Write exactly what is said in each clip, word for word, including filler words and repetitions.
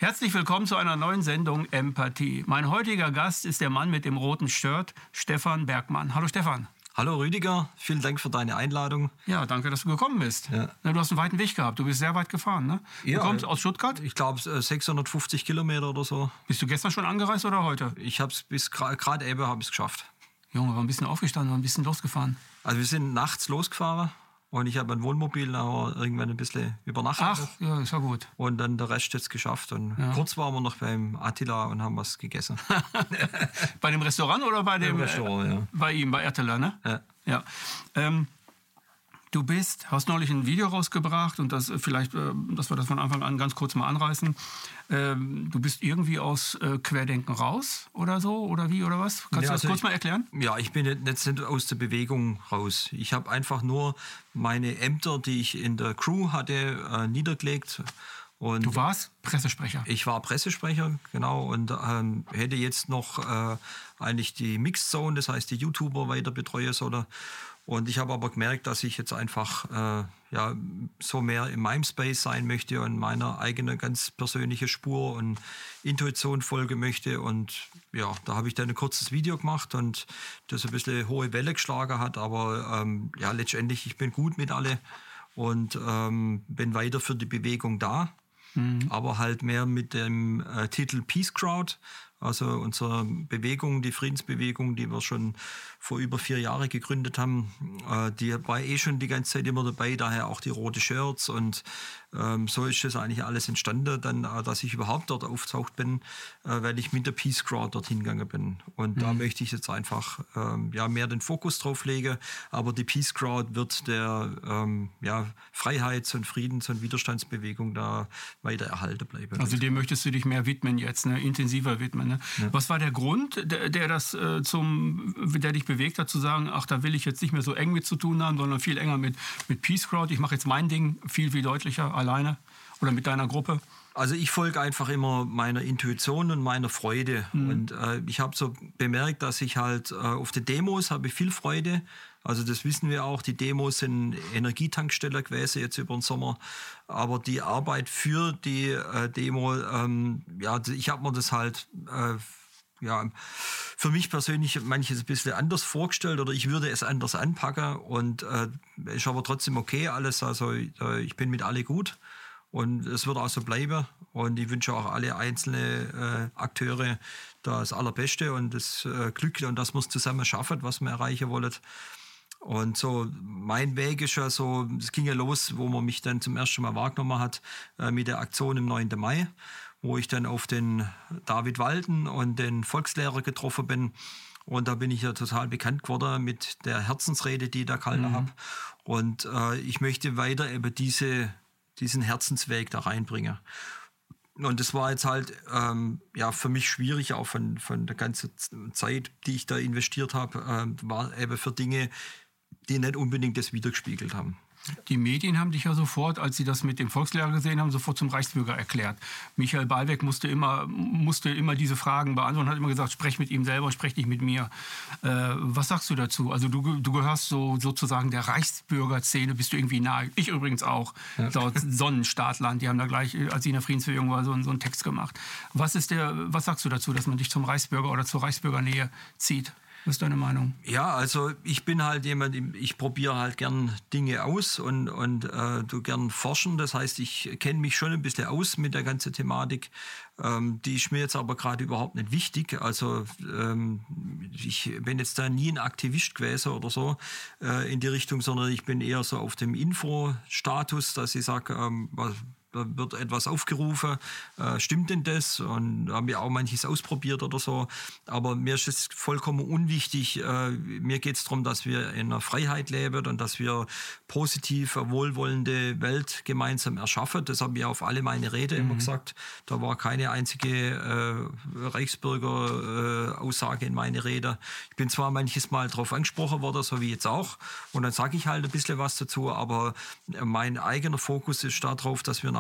Herzlich willkommen zu einer neuen Sendung Empathie. Mein heutiger Gast ist der Mann mit dem roten Shirt, Stefan Bergmann. Hallo Stefan. Hallo Rüdiger, vielen Dank für deine Einladung. Ja, danke, dass du gekommen bist. Ja. Du hast einen weiten Weg gehabt, du bist sehr weit gefahren, ne? Ja, du kommst aus Stuttgart? Ich glaube sechshundertfünfzig Kilometer oder so. Bist du gestern schon angereist oder heute? Ich habe es bis gerade eben habe ich es geschafft. Junge, war ein bisschen aufgestanden, war ein bisschen losgefahren. Also wir sind nachts losgefahren. Und ich habe ein Wohnmobil, aber irgendwann ein bisschen übernachtet. Ach, ja, ist ja gut. Und dann der Rest jetzt geschafft. Und ja. kurz waren wir noch beim Attila und haben was gegessen. Bei dem Restaurant oder bei dem? Im Restaurant, äh, ja. Bei ihm, bei Attila, ne? Ja. Ja. Ähm, du bist, hast neulich ein Video rausgebracht und das vielleicht, äh, dass wir das von Anfang an ganz kurz mal anreißen. Ähm, du bist irgendwie aus äh, Querdenken raus oder so oder wie oder was? Kannst ja, du das also kurz ich, mal erklären? Ja, ich bin jetzt nicht aus der Bewegung raus. Ich habe einfach nur meine Ämter, die ich in der Crew hatte, äh, niedergelegt. Und du warst Pressesprecher? Ich war Pressesprecher, genau, und ähm, hätte jetzt noch äh, eigentlich die Mixed Zone, das heißt die YouTuber weiter betreuen sollen. Und ich habe aber gemerkt, dass ich jetzt einfach äh, ja, so mehr in meinem Space sein möchte und meiner eigenen ganz persönliche Spur und Intuition folgen möchte. Und ja, da habe ich dann ein kurzes Video gemacht und das ein bisschen hohe Welle geschlagen hat. Aber ähm, ja, letztendlich, ich bin gut mit alle und ähm, bin weiter für die Bewegung da. Mhm. Aber halt mehr mit dem äh, Titel Peace Crowd, also unsere Bewegung, die Friedensbewegung, die wir schon vor über vier Jahren gegründet haben, äh, die war eh schon die ganze Zeit immer dabei, daher auch die roten Shirts und ähm, so ist das eigentlich alles entstanden, dann, äh, dass ich überhaupt dort auftaucht bin, äh, weil ich mit der Peace Crowd dorthin gegangen bin. Und mhm. da möchte ich jetzt einfach ähm, ja, mehr den Fokus drauf legen, aber die Peace Crowd wird der ähm, ja, Freiheits- und Friedens- und Widerstandsbewegung da weiter erhalten bleiben. Also dem möchtest du dich mehr widmen jetzt, ne? Intensiver widmen. Ne? Ja. Was war der Grund, der, der das äh, zum, der dich bewegt hat, zu sagen, ach, da will ich jetzt nicht mehr so eng mit zu tun haben, sondern viel enger mit, mit Peace Crowd. Ich mache jetzt mein Ding viel, viel deutlicher alleine oder mit deiner Gruppe? Also ich folge einfach immer meiner Intuition und meiner Freude. Mhm. Und äh, ich habe so bemerkt, dass ich halt äh, auf den Demos habe ich viel Freude. Also das wissen wir auch, die Demos sind Energietanksteller gewesen jetzt über den Sommer. Aber die Arbeit für die äh, Demo, ähm, ja, ich habe mir das halt äh, ja, für mich persönlich manches ein bisschen anders vorgestellt oder ich würde es anders anpacken. Und äh, ist aber trotzdem okay alles. Also äh, ich bin mit alle gut. Und es wird auch so bleiben. Und ich wünsche auch alle einzelnen äh, Akteure das Allerbeste und das äh, Glück und dass wir es zusammen schaffen, was wir erreichen wollen. Und so mein Weg ist ja so, es ging ja los, wo man mich dann zum ersten Mal wahrgenommen hat, äh, mit der Aktion im neunten Mai, wo ich dann auf den David Walden und den Volkslehrer getroffen bin. Und da bin ich ja total bekannt geworden mit der Herzensrede, die ich da gehalten mhm. habe. Und äh, ich möchte weiter eben diese diesen Herzensweg da reinbringe. Und das war jetzt halt ähm, ja, für mich schwierig, auch von, von der ganzen Zeit, die ich da investiert habe, ähm, war eben für Dinge, die nicht unbedingt das widergespiegelt haben. Die Medien haben dich ja sofort, als sie das mit dem Volkslehrer gesehen haben, sofort zum Reichsbürger erklärt. Michael Ballweg musste immer, musste immer diese Fragen beantworten, hat immer gesagt, sprech mit ihm selber, sprech nicht mit mir. Äh, was sagst du dazu? Also du, du gehörst so sozusagen der Reichsbürgerszene, bist du irgendwie nahe. Ich übrigens auch, ja. Dort Sonnenstaatland, die haben da gleich, als ich in der Friedensbewegung war, so, so einen Text gemacht. Was ist der, was sagst du dazu, dass man dich zum Reichsbürger oder zur Reichsbürgernähe zieht? Was ist deine Meinung? Ja, also ich bin halt jemand, ich probiere halt gern Dinge aus und, und äh, du gern forschen. Das heißt, ich kenne mich schon ein bisschen aus mit der ganzen Thematik. Ähm, die ist mir jetzt aber gerade überhaupt nicht wichtig. Also ähm, ich bin jetzt da nie ein Aktivist gewesen oder so äh, in die Richtung, sondern ich bin eher so auf dem Info-Status, dass ich sage, ähm, was da wird etwas aufgerufen, äh, stimmt denn das? Und haben wir auch manches ausprobiert oder so. Aber mir ist es vollkommen unwichtig. Äh, mir geht es darum, dass wir in einer Freiheit leben und dass wir positiv, wohlwollende Welt gemeinsam erschaffen. Das habe ich auf alle meine Rede mhm. immer gesagt. Da war keine einzige äh, Reichsbürger-Aussage äh, in meine Rede. Ich bin zwar manches Mal darauf angesprochen worden, so wie jetzt auch. Und dann sage ich halt ein bisschen was dazu. Aber mein eigener Fokus ist darauf, dass wir nach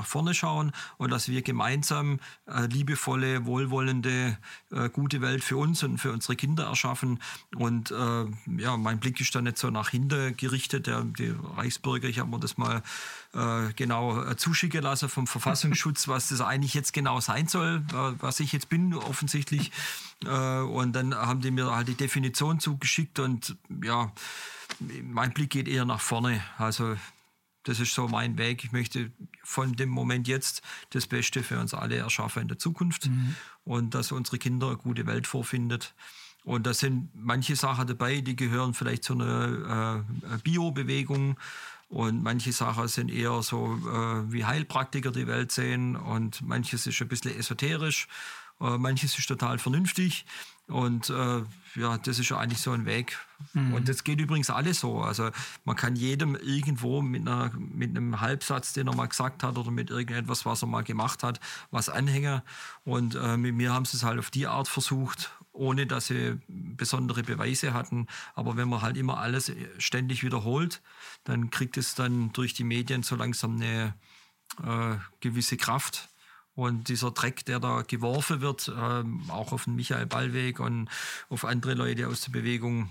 nach vorne schauen und dass wir gemeinsam äh, liebevolle, wohlwollende, äh, gute Welt für uns und für unsere Kinder erschaffen. Und äh, ja, mein Blick ist dann nicht so nach hinten gerichtet. Der, die Reichsbürger, ich habe mir das mal äh, genau äh, zuschicken lassen vom Verfassungsschutz, was das eigentlich jetzt genau sein soll, äh, was ich jetzt bin, offensichtlich. Äh, und dann haben die mir halt die Definition zugeschickt und ja, mein Blick geht eher nach vorne. Also das ist so mein Weg. Ich möchte von dem Moment jetzt das Beste für uns alle erschaffen in der Zukunft mhm. und dass unsere Kinder eine gute Welt vorfindet. Und da sind manche Sachen dabei, die gehören vielleicht zu einer äh, Bio-Bewegung und manche Sachen sind eher so, äh, wie Heilpraktiker die Welt sehen und manches ist ein bisschen esoterisch, äh, manches ist total vernünftig. Und äh, ja, das ist ja eigentlich so ein Weg. Mhm. Und das geht übrigens alles so. Also man kann jedem irgendwo mit, einer, mit einem Halbsatz, den er mal gesagt hat oder mit irgendetwas, was er mal gemacht hat, was anhängen. Und äh, mit mir haben sie es halt auf die Art versucht, ohne dass sie besondere Beweise hatten. Aber wenn man halt immer alles ständig wiederholt, dann kriegt es dann durch die Medien so langsam eine äh, gewisse Kraft. Und dieser Dreck, der da geworfen wird, ähm, auch auf den Michael Ballweg und auf andere Leute aus der Bewegung,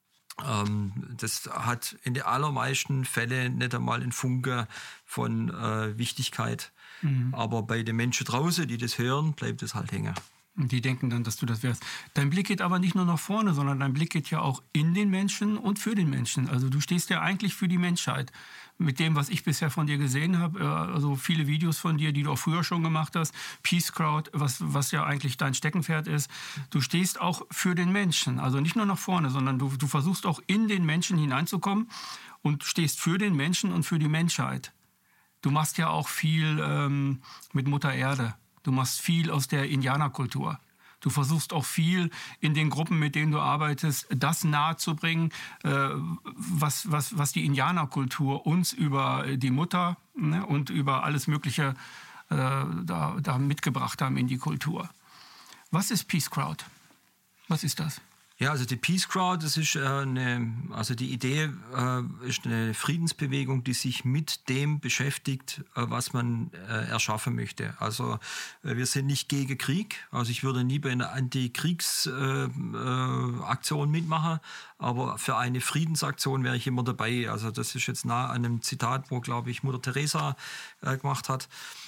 ähm, das hat in den allermeisten Fällen nicht einmal einen Funke von äh, Wichtigkeit. Mhm. Aber bei den Menschen draußen, die das hören, bleibt es halt hängen. Und die denken dann, dass du das wärst. Dein Blick geht aber nicht nur nach vorne, sondern dein Blick geht ja auch in den Menschen und für den Menschen. Also du stehst ja eigentlich für die Menschheit. Mit dem, was ich bisher von dir gesehen habe, also viele Videos von dir, die du auch früher schon gemacht hast, Peace Crowd, was, was ja eigentlich dein Steckenpferd ist. Du stehst auch für den Menschen. Also nicht nur nach vorne, sondern du, du versuchst auch in den Menschen hineinzukommen und stehst für den Menschen und für die Menschheit. Du machst ja auch viel ähm, mit Mutter Erde. Du machst viel aus der Indianerkultur. Du versuchst auch viel in den Gruppen, mit denen du arbeitest, das nahezubringen, äh, was, was, was die Indianerkultur uns über die Mutter, ne, und über alles Mögliche äh, da, da mitgebracht haben in die Kultur. Was ist Peace Crowd? Was ist das? Ja, also die Peace Crowd, das ist äh, eine, also die Idee äh, ist eine Friedensbewegung, die sich mit dem beschäftigt, äh, was man äh, erschaffen möchte. Also äh, wir sind nicht gegen Krieg. Also ich würde nie bei einer Antikriegsaktion äh, äh, mitmachen, aber für eine Friedensaktion wäre ich immer dabei. Also das ist jetzt nah an einem Zitat, wo, glaube ich, Mutter Teresa äh, gemacht hat.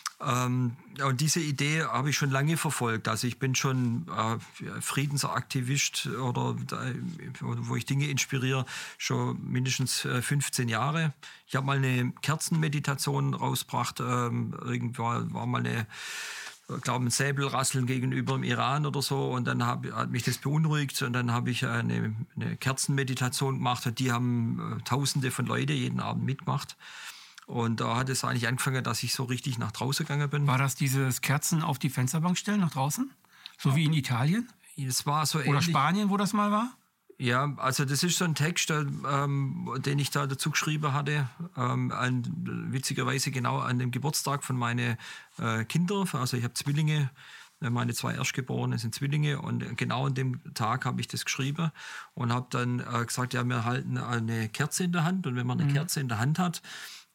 Ähm, und diese Idee habe ich schon lange verfolgt. Also ich bin schon äh, Friedensaktivist oder da, wo ich Dinge inspiriere, schon mindestens äh, fünfzehn Jahre. Ich habe mal eine Kerzenmeditation rausgebracht. Ähm, irgendwann war mal eine, ich glaube, ein Säbelrasseln gegenüber dem Iran oder so. Und dann hab, hat mich das beunruhigt. Und dann habe ich eine, eine Kerzenmeditation gemacht. Und die haben äh, Tausende von Leuten jeden Abend mitgemacht. Und da hat es eigentlich angefangen, dass ich so richtig nach draußen gegangen bin. War das dieses Kerzen auf die Fensterbank stellen nach draußen? So ja. Wie in Italien? Das war so Oder ähnlich. Spanien, wo das mal war? Ja, also das ist so ein Text, ähm, den ich da dazu geschrieben hatte, ähm, an, witzigerweise genau an dem Geburtstag von meinen äh, Kindern. Also ich habe Zwillinge, meine zwei Erstgeborenen sind Zwillinge und genau an dem Tag habe ich das geschrieben und habe dann äh, gesagt, ja, wir halten eine Kerze in der Hand und wenn man eine mhm. Kerze in der Hand hat,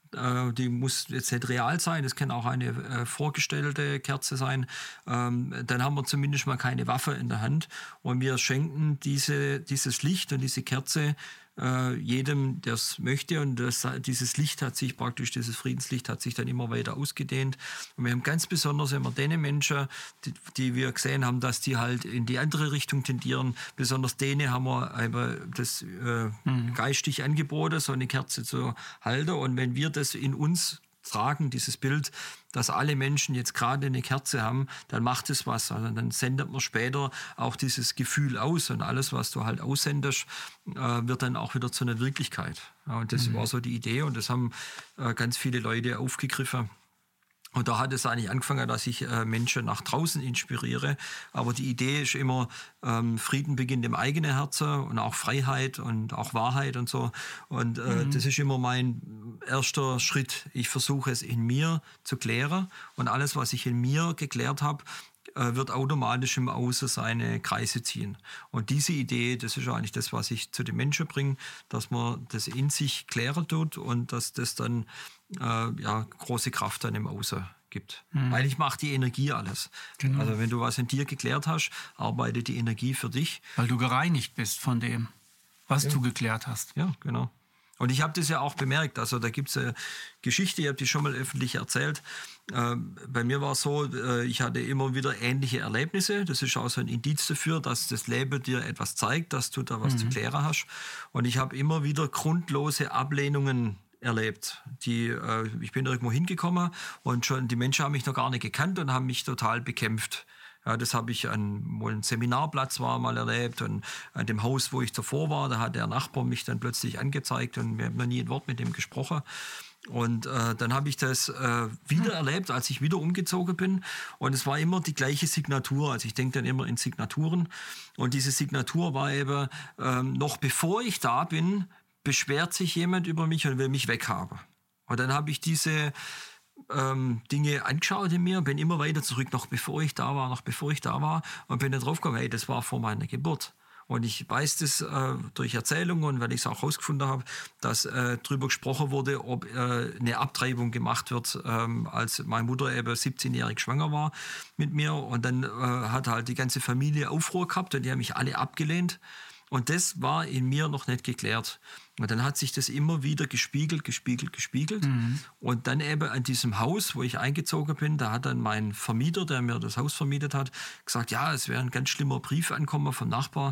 die muss jetzt nicht real sein, das kann auch eine äh, vorgestellte Kerze sein, ähm, dann haben wir zumindest mal keine Waffe in der Hand und wir schenken diese, dieses Licht und diese Kerze äh, jedem, der es möchte und das, dieses Licht hat sich praktisch, dieses Friedenslicht hat sich dann immer weiter ausgedehnt und wir haben ganz besonders immer den Menschen, die, die wir gesehen haben, dass die halt in die andere Richtung tendieren, besonders denen haben wir eben das äh, mhm. geistig angeboten, so eine Kerze zu halten und wenn wir das in uns tragen, dieses Bild, dass alle Menschen jetzt gerade eine Kerze haben, dann macht es was. Also dann sendet man später auch dieses Gefühl aus und alles, was du halt aussendest, äh, wird dann auch wieder zu einer Wirklichkeit. Ja, und das mhm. war so die Idee und das haben äh, ganz viele Leute aufgegriffen. Und da hat es eigentlich angefangen, dass ich äh, Menschen nach draußen inspiriere. Aber die Idee ist immer, ähm, Frieden beginnt im eigenen Herzen und auch Freiheit und auch Wahrheit und so. Und äh, mhm. das ist immer mein erster Schritt. Ich versuche es in mir zu klären. Und alles, was ich in mir geklärt habe, äh, wird automatisch im Außen seine Kreise ziehen. Und diese Idee, das ist eigentlich das, was ich zu den Menschen bringe, dass man das in sich klären tut und dass das dann äh, ja, große Kraft dann im Außen gibt. Mhm. Eigentlich macht die Energie alles. Genau. Also wenn du was in dir geklärt hast, arbeitet die Energie für dich. Weil du gereinigt bist von dem, was ja. du geklärt hast. Ja, genau. Und ich habe das ja auch bemerkt, also da gibt es eine Geschichte, ich habe die schon mal öffentlich erzählt. Äh, bei mir war es so, äh, ich hatte immer wieder ähnliche Erlebnisse. Das ist auch so ein Indiz dafür, dass das Leben dir etwas zeigt, dass du da was mhm. zu klären hast. Und ich habe immer wieder grundlose Ablehnungen erlebt. Die, äh, ich bin irgendwo hingekommen und schon die Menschen haben mich noch gar nicht gekannt und haben mich total bekämpft. Ja, das habe ich an, wo ein Seminarplatz war, mal erlebt und an dem Haus, wo ich davor war, da hat der Nachbar mich dann plötzlich angezeigt und wir haben noch nie ein Wort mit ihm gesprochen. Und äh, dann habe ich das äh, wieder erlebt, als ich wieder umgezogen bin. Und es war immer die gleiche Signatur. Also ich denke dann immer in Signaturen. Und diese Signatur war eben, äh, noch bevor ich da bin, beschwert sich jemand über mich und will mich weghaben. Und dann habe ich diese ähm, Dinge angeschaut in mir, bin immer weiter zurück, noch bevor ich da war, noch bevor ich da war und bin dann drauf gekommen, hey, das war vor meiner Geburt. Und ich weiß das äh, durch Erzählungen und weil ich es auch herausgefunden habe, dass äh, darüber gesprochen wurde, ob äh, eine Abtreibung gemacht wird, ähm, als meine Mutter eben siebzehnjährig schwanger war mit mir. Und dann äh, hat halt die ganze Familie Aufruhr gehabt und die haben mich alle abgelehnt. Und das war in mir noch nicht geklärt. Und dann hat sich das immer wieder gespiegelt, gespiegelt, gespiegelt. Mhm. Und dann eben an diesem Haus, wo ich eingezogen bin, da hat dann mein Vermieter, der mir das Haus vermietet hat, gesagt, ja, es wäre ein ganz schlimmer Brief ankommen vom Nachbar.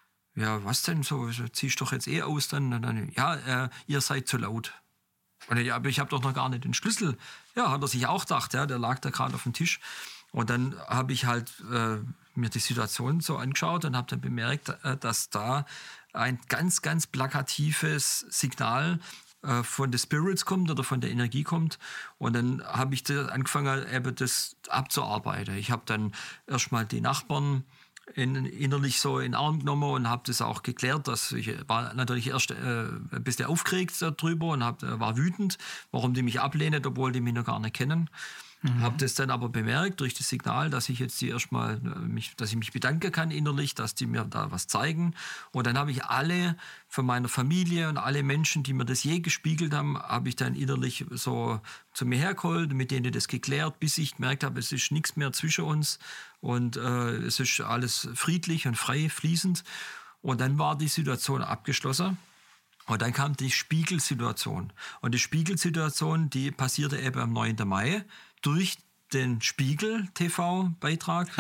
Ja, was denn so? Ziehst du doch jetzt eh aus dann? Und dann ja, äh, ihr seid zu laut. Und ja, aber ich habe doch noch gar nicht den Schlüssel. Ja, hat er sich auch gedacht, ja, der lag da gerade auf dem Tisch. Und dann habe ich halt äh, mir die Situation so angeschaut und habe dann bemerkt, äh, dass da ein ganz, ganz plakatives Signal äh, von den Spirits kommt oder von der Energie kommt. Und dann habe ich da angefangen, eben das abzuarbeiten. Ich habe dann erstmal die Nachbarn in, innerlich so in den Arm genommen und habe das auch geklärt. Dass ich war natürlich erst äh, ein bisschen aufgeregt darüber und hab, war wütend, warum die mich ablehnen, obwohl die mich noch gar nicht kennen. Mhm. Habe das dann aber bemerkt durch das Signal, dass ich jetzt die erstmal mich, dass ich mich bedanken kann innerlich, dass die mir da was zeigen. Und dann habe ich alle von meiner Familie und alle Menschen, die mir das je gespiegelt haben, habe ich dann innerlich so zu mir hergeholt, mit denen das geklärt, bis ich gemerkt habe, es ist nichts mehr zwischen uns und äh, es ist alles friedlich und frei fließend. Und dann war die Situation abgeschlossen. Und dann kam die Spiegelsituation. Und die Spiegelsituation, die passierte eben am neunten Mai durch den Spiegel-T V-Beitrag,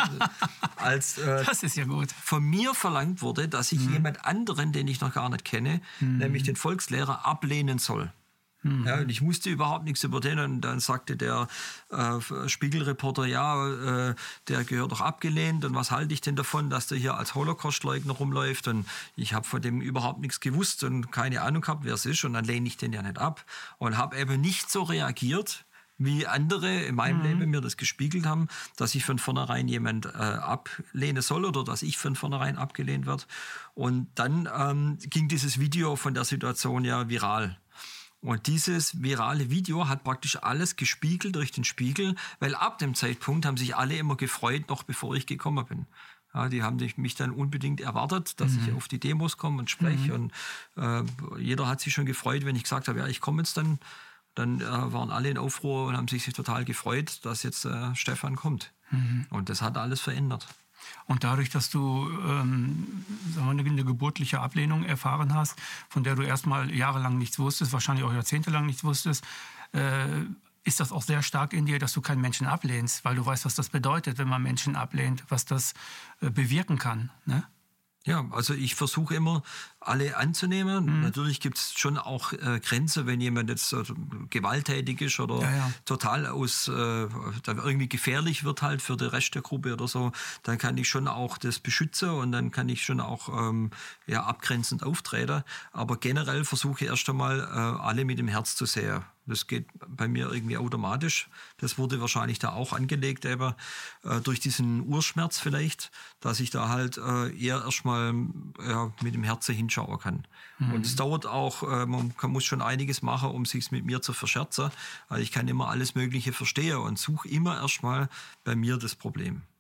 als äh, das ist ja gut. von mir verlangt wurde, dass ich mhm. jemand anderen, den ich noch gar nicht kenne, mhm. nämlich den Volkslehrer, ablehnen soll. Mhm. Ja, und ich wusste überhaupt nichts über den. Und dann sagte der äh, Spiegelreporter, ja, äh, der gehört doch abgelehnt. Und was halte ich denn davon, dass der hier als Holocaustleugner rumläuft? Und ich habe von dem überhaupt nichts gewusst und keine Ahnung gehabt, wer es ist. Und dann lehne ich den ja nicht ab. Und habe eben nicht so reagiert, wie andere in meinem mhm. Leben mir das gespiegelt haben, dass ich von vornherein jemand äh, ablehnen soll oder dass ich von vornherein abgelehnt werde. Und dann ähm, ging dieses Video von der Situation ja viral. Und dieses virale Video hat praktisch alles gespiegelt durch den Spiegel, weil ab dem Zeitpunkt haben sich alle immer gefreut, noch bevor ich gekommen bin. Ja, die haben mich dann unbedingt erwartet, dass mhm. ich auf die Demos komme und spreche. Mhm. Und äh, jeder hat sich schon gefreut, wenn ich gesagt habe, ja, ich komme jetzt dann. Dann äh, waren alle in Aufruhr und haben sich total gefreut, dass jetzt äh, Stefan kommt. Mhm. Und das hat alles verändert. Und dadurch, dass du ähm, sagen wir, eine geburtliche Ablehnung erfahren hast, von der du erstmal jahrelang nichts wusstest, wahrscheinlich auch jahrzehntelang nichts wusstest, äh, ist das auch sehr stark in dir, dass du keinen Menschen ablehnst, weil du weißt, was das bedeutet, wenn man Menschen ablehnt, was das äh, bewirken kann, ne? Ja, also ich versuche immer, alle anzunehmen. Mhm. Natürlich gibt es schon auch äh, Grenzen, wenn jemand jetzt äh, gewalttätig ist oder ja, ja. total aus, äh, irgendwie gefährlich wird halt für den Rest der Gruppe oder so, dann kann ich schon auch das beschützen und dann kann ich schon auch ähm, ja, abgrenzend auftreten. Aber generell versuche ich erst einmal, äh, alle mit dem Herz zu sehen. Das geht bei mir irgendwie automatisch. Das wurde wahrscheinlich da auch angelegt, eben äh, durch diesen Urschmerz vielleicht, dass ich da halt äh, eher erstmal ja, mit dem Herzen hinschauen kann. Mhm. Und es dauert auch, äh, man kann, muss schon einiges machen, um sich mit mir zu verscherzen. Also ich kann immer alles Mögliche verstehen und suche immer erstmal bei mir das Problem.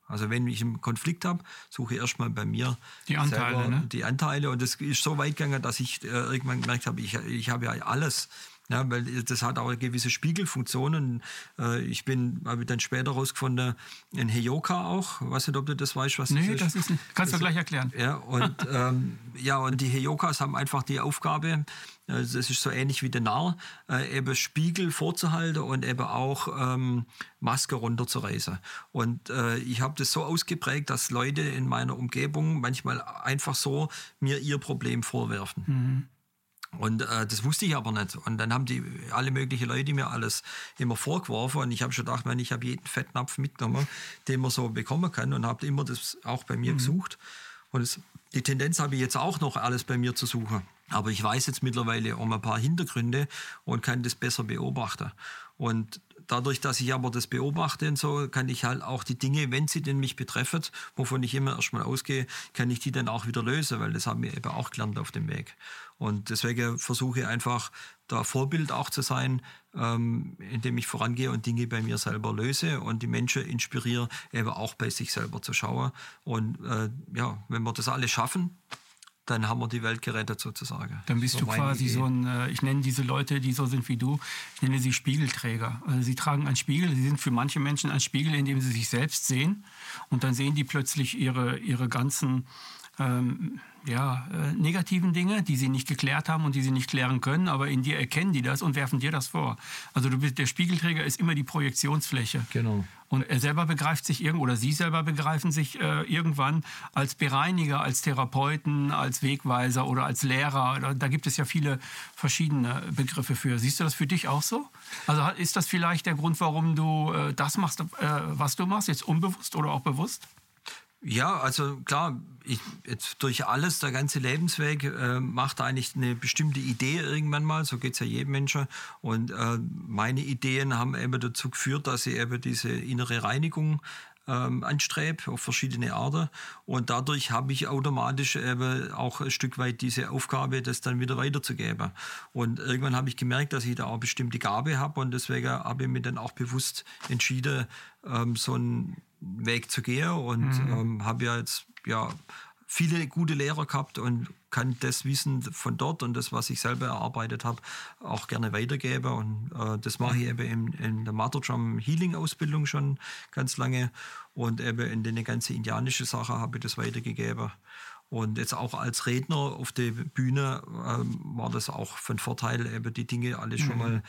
Also wenn ich einen Konflikt habe, suche ich erstmal bei mir die Anteile, selber ne? die Anteile. Und das ist so weit gegangen, dass ich äh, irgendwann gemerkt habe, ich, ich habe ja alles. Ja, weil das hat auch eine gewisse Spiegelfunktion. Äh, ich bin, habe dann später rausgefunden, ein Heyoka auch. Ich weiß nicht, ob du das weißt, was nee, das ist. Das ist nicht. Kannst du gleich erklären. Ja, und, ähm, ja, und die Heyokas haben einfach die Aufgabe, also das ist so ähnlich wie der Narr, äh, eben Spiegel vorzuhalten und eben auch ähm, Maske runterzureißen. Und äh, ich habe das so ausgeprägt, dass Leute in meiner Umgebung manchmal einfach so mir ihr Problem vorwerfen. Mhm. Und äh, das wusste ich aber nicht. Und dann haben die alle möglichen Leute mir alles immer vorgeworfen. Und ich habe schon gedacht, man, ich habe jeden Fettnapf mitgenommen, den man so bekommen kann. Und habe immer das auch bei mir mhm. gesucht. Und es, die Tendenz habe ich jetzt auch noch, alles bei mir zu suchen. Aber ich weiß jetzt mittlerweile um ein paar Hintergründe und kann das besser beobachten. Und dadurch, dass ich aber das beobachte und so, kann ich halt auch die Dinge, wenn sie denn mich betreffen, wovon ich immer erstmal ausgehe, kann ich die dann auch wieder lösen, weil das haben wir eben auch gelernt auf dem Weg. Und deswegen versuche ich einfach, da Vorbild auch zu sein, ähm, indem ich vorangehe und Dinge bei mir selber löse und die Menschen inspiriere, eben auch bei sich selber zu schauen. Und äh, ja, wenn wir das alles schaffen, dann haben wir die Welt gerettet sozusagen. Dann bist so du quasi Idee. so ein, ich nenne diese Leute, die so sind wie du, ich nenne sie Spiegelträger. Also sie tragen einen Spiegel, sie sind für manche Menschen ein Spiegel, in dem sie sich selbst sehen und dann sehen die plötzlich ihre, ihre ganzen ähm, ja, äh, negativen Dinge, die sie nicht geklärt haben und die sie nicht klären können, aber in dir erkennen die das und werfen dir das vor. Also du bist, der Spiegelträger ist immer die Projektionsfläche. Genau. Und er selber begreift sich irgendwo, oder sie selber begreifen sich äh, irgendwann als Bereiniger, als Therapeuten, als Wegweiser oder als Lehrer. Da, da gibt es ja viele verschiedene Begriffe für. Siehst du das für dich auch so? Also ist das vielleicht der Grund, warum du äh, das machst, äh, was du machst, jetzt unbewusst oder auch bewusst? Ja, also klar, ich, jetzt durch alles, der ganze Lebensweg äh, macht eigentlich eine bestimmte Idee irgendwann mal, so geht es ja jedem Menschen. Und äh, meine Ideen haben eben dazu geführt, dass ich eben diese innere Reinigung ähm, anstrebe auf verschiedene Arten. Und dadurch habe ich automatisch eben auch ein Stück weit diese Aufgabe, das dann wieder weiterzugeben. Und irgendwann habe ich gemerkt, dass ich da auch eine bestimmte Gabe habe und deswegen habe ich mich dann auch bewusst entschieden, ähm, so einen Weg zu gehen und mhm. ähm, habe ja jetzt ja viele gute Lehrer gehabt und kann das Wissen von dort und das, was ich selber erarbeitet habe, auch gerne weitergeben. Und äh, das mache ich eben in, in der Mother Drum Healing Ausbildung schon ganz lange und eben in den ganzen indianischen Sachen habe ich das weitergegeben. Und jetzt auch als Redner auf der Bühne ähm, war das auch von Vorteil, eben die Dinge alle mhm. schon mal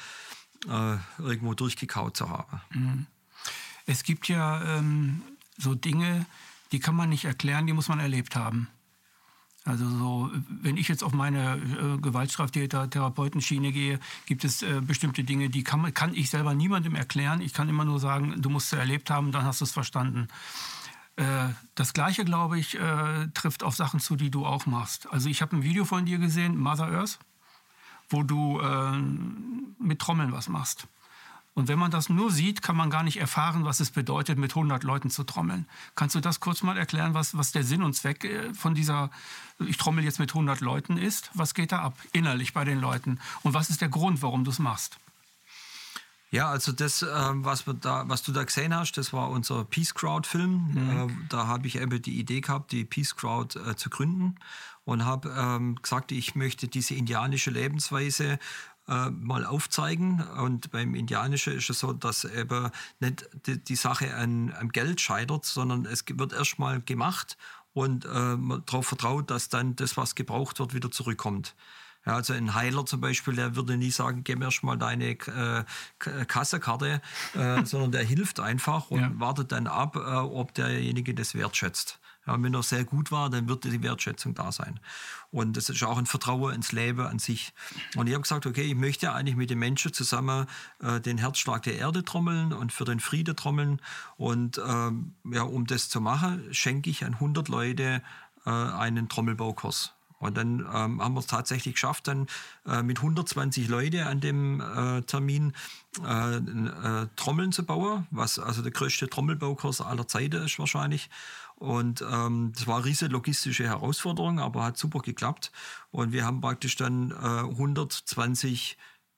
äh, irgendwo durchgekaut zu haben. Mhm. Es gibt ja ähm, so Dinge, die kann man nicht erklären, die muss man erlebt haben. Also so, wenn ich jetzt auf meine äh, Gewaltstraftäter-Therapeutenschiene gehe, gibt es äh, bestimmte Dinge, die kann, man, kann ich selber niemandem erklären. Ich kann immer nur sagen, du musst es erlebt haben, dann hast du es verstanden. Äh, das Gleiche, glaube ich, äh, trifft auf Sachen zu, die du auch machst. Also ich habe ein Video von dir gesehen, Mother Earth, wo du äh, mit Trommeln was machst. Und wenn man das nur sieht, kann man gar nicht erfahren, was es bedeutet, mit hundert Leuten zu trommeln. Kannst du das kurz mal erklären, was, was der Sinn und Zweck von dieser, ich trommel jetzt mit hundert Leuten ist? Was geht da ab, innerlich bei den Leuten? Und was ist der Grund, warum du es machst? Ja, also das, äh, was, wir da, was du da gesehen hast, das war unser Peace Crowd-Film. Mhm. Äh, da habe ich eben die Idee gehabt, die Peace Crowd äh, zu gründen und habe ähm, gesagt, ich möchte diese indianische Lebensweise mal aufzeigen. Und beim Indianischen ist es so, dass eben nicht die, die Sache an, am Geld scheitert, sondern es wird erstmal gemacht und äh, man darauf vertraut, dass dann das, was gebraucht wird, wieder zurückkommt. Ja, also ein Heiler zum Beispiel, der würde nie sagen, gib mir erstmal deine äh, Kassenkarte, äh, sondern der hilft einfach und ja. wartet dann ab, äh, ob derjenige das wertschätzt. Ja, wenn er sehr gut war, dann wird die Wertschätzung da sein. Und das ist auch ein Vertrauen ins Leben an sich. Und ich habe gesagt, okay, ich möchte eigentlich mit den Menschen zusammen äh, den Herzschlag der Erde trommeln und für den Frieden trommeln. Und ähm, ja, um das zu machen, schenke ich an hundert Leute äh, einen Trommelbaukurs. Und dann ähm, haben wir es tatsächlich geschafft, dann äh, mit hundertzwanzig Leuten an dem äh, Termin äh, äh, Trommeln zu bauen, was also der größte Trommelbaukurs aller Zeiten ist wahrscheinlich. Und ähm, das war eine riesige logistische Herausforderung, aber hat super geklappt. Und wir haben praktisch dann äh, hundertzwanzig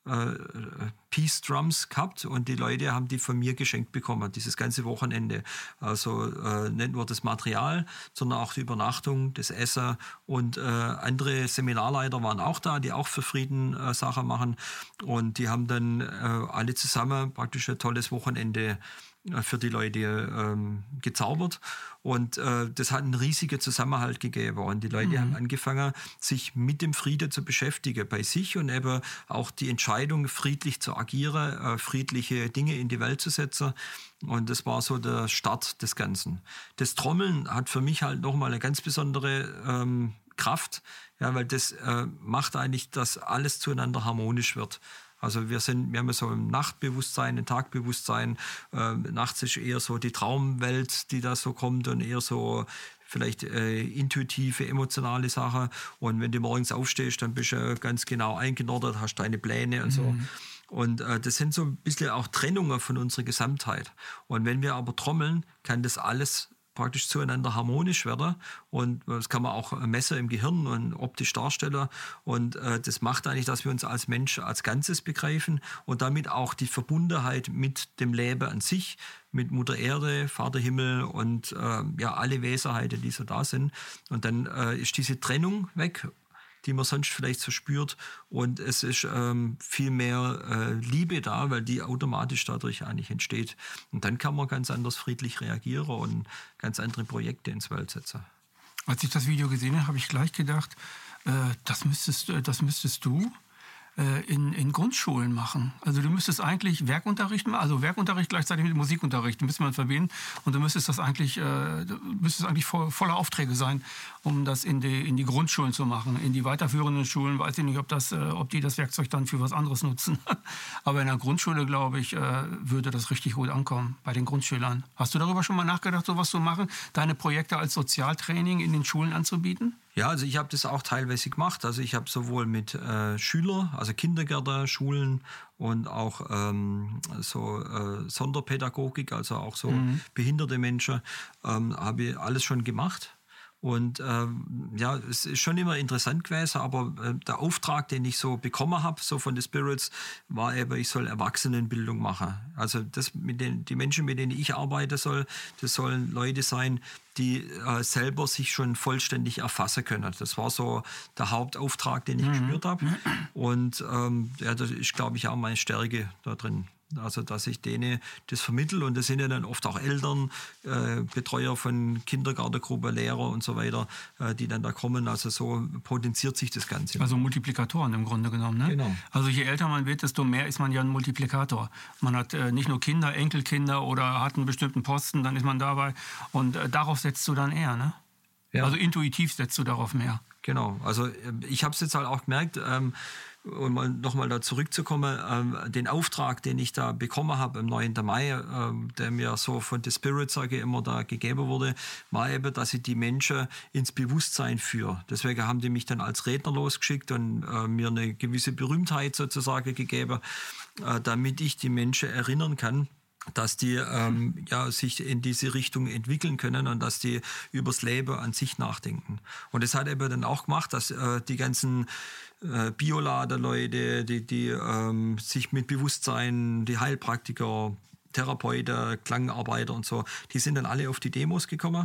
äh, Peace Drums gehabt und die Leute haben die von mir geschenkt bekommen, dieses ganze Wochenende. Also äh, nicht nur das Material, sondern auch die Übernachtung, das Essen und äh, andere Seminarleiter waren auch da, die auch für Frieden äh, Sachen machen und die haben dann äh, alle zusammen praktisch ein tolles Wochenende für die Leute ähm, gezaubert und äh, das hat einen riesigen Zusammenhalt gegeben und die Leute mhm. haben angefangen, sich mit dem Frieden zu beschäftigen bei sich und eben auch die Entscheidung, friedlich zu agieren, äh, friedliche Dinge in die Welt zu setzen und das war so der Start des Ganzen. Das Trommeln hat für mich halt nochmal eine ganz besondere ähm, Kraft, ja, weil das äh, macht eigentlich, dass alles zueinander harmonisch wird. Also wir sind, wir haben so ein Nachtbewusstsein, ein Tagbewusstsein. Äh, nachts ist eher so die Traumwelt, die da so kommt und eher so vielleicht äh, intuitive, emotionale Sachen. Und wenn du morgens aufstehst, dann bist du ganz genau eingenordet, hast deine Pläne und mhm. so. Und äh, das sind so ein bisschen auch Trennungen von unserer Gesamtheit. Und wenn wir aber trommeln, kann das alles praktisch zueinander harmonisch werden und das kann man auch messen im Gehirn und optisch darstellen und äh, das macht eigentlich, dass wir uns als Mensch als Ganzes begreifen und damit auch die Verbundenheit mit dem Leben an sich, mit Mutter Erde, Vater Himmel und äh, ja alle Wesenheiten, die so da sind und dann äh, ist diese Trennung weg, die man sonst vielleicht so spürt und es ist ähm, viel mehr äh, Liebe da, weil die automatisch dadurch eigentlich entsteht. Und dann kann man ganz anders friedlich reagieren und ganz andere Projekte ins Welt setzen. Als ich das Video gesehen habe, habe ich gleich gedacht, äh, das müsstest, das müsstest du äh, in, in Grundschulen machen. Also du müsstest eigentlich Werkunterricht machen, also Werkunterricht gleichzeitig mit Musikunterricht, müsste man verbinden. Und du müsstest das eigentlich, äh, müsstest eigentlich vo, voller Aufträge sein, um das in die, in die Grundschulen zu machen. In die weiterführenden Schulen weiß ich nicht, ob, das, äh, ob die das Werkzeug dann für was anderes nutzen. Aber in der Grundschule, glaube ich, äh, würde das richtig gut ankommen bei den Grundschülern. Hast du darüber schon mal nachgedacht, sowas zu machen, deine Projekte als Sozialtraining in den Schulen anzubieten? Ja, also ich habe das auch teilweise gemacht. Also ich habe sowohl mit äh, Schülern, also Kindergärten, Schulen und auch ähm, so äh, Sonderpädagogik, also auch so mhm. behinderte Menschen, ähm, habe ich alles schon gemacht. Und ähm, ja, es ist schon immer interessant gewesen, aber äh, der Auftrag, den ich so bekommen habe, so von den Spirits, war eben, ich soll Erwachsenenbildung machen. Also das mit den, die Menschen, mit denen ich arbeiten soll, das sollen Leute sein, die äh, selber sich schon vollständig erfassen können. Das war so der Hauptauftrag, den ich mhm. gespürt habe. Und ähm, ja, das ist, glaube ich, auch meine Stärke da drin. Also, dass ich denen das vermittle und das sind ja dann oft auch Eltern, äh, Betreuer von Kindergartengruppe, Lehrer und so weiter, äh, die dann da kommen. Also so potenziert sich das Ganze. Also Multiplikatoren im Grunde genommen, ne? Genau. Also je älter man wird, desto mehr ist man ja ein Multiplikator. Man hat äh, nicht nur Kinder, Enkelkinder oder hat einen bestimmten Posten, dann ist man dabei und äh, darauf setzt du dann eher, ne? Ja. Also intuitiv setzt du darauf mehr. Genau. Also ich habe es jetzt halt auch gemerkt, ähm, um mal nochmal da zurückzukommen, ähm, den Auftrag, den ich da bekommen habe am neunten Mai, ähm, der mir so von The Spirit, sage ich immer, da gegeben wurde, war eben, dass ich die Menschen ins Bewusstsein führe. Deswegen haben die mich dann als Redner losgeschickt und äh, mir eine gewisse Berühmtheit sozusagen gegeben, äh, damit ich die Menschen erinnern kann, dass die ähm, ja, sich in diese Richtung entwickeln können und dass die übers Leben an sich nachdenken. Und das hat eben dann auch gemacht, dass äh, die ganzen äh, Biolader-Leute, die, die ähm, sich mit Bewusstsein, die Heilpraktiker, Therapeuten, Klangarbeiter und so, die sind dann alle auf die Demos gekommen.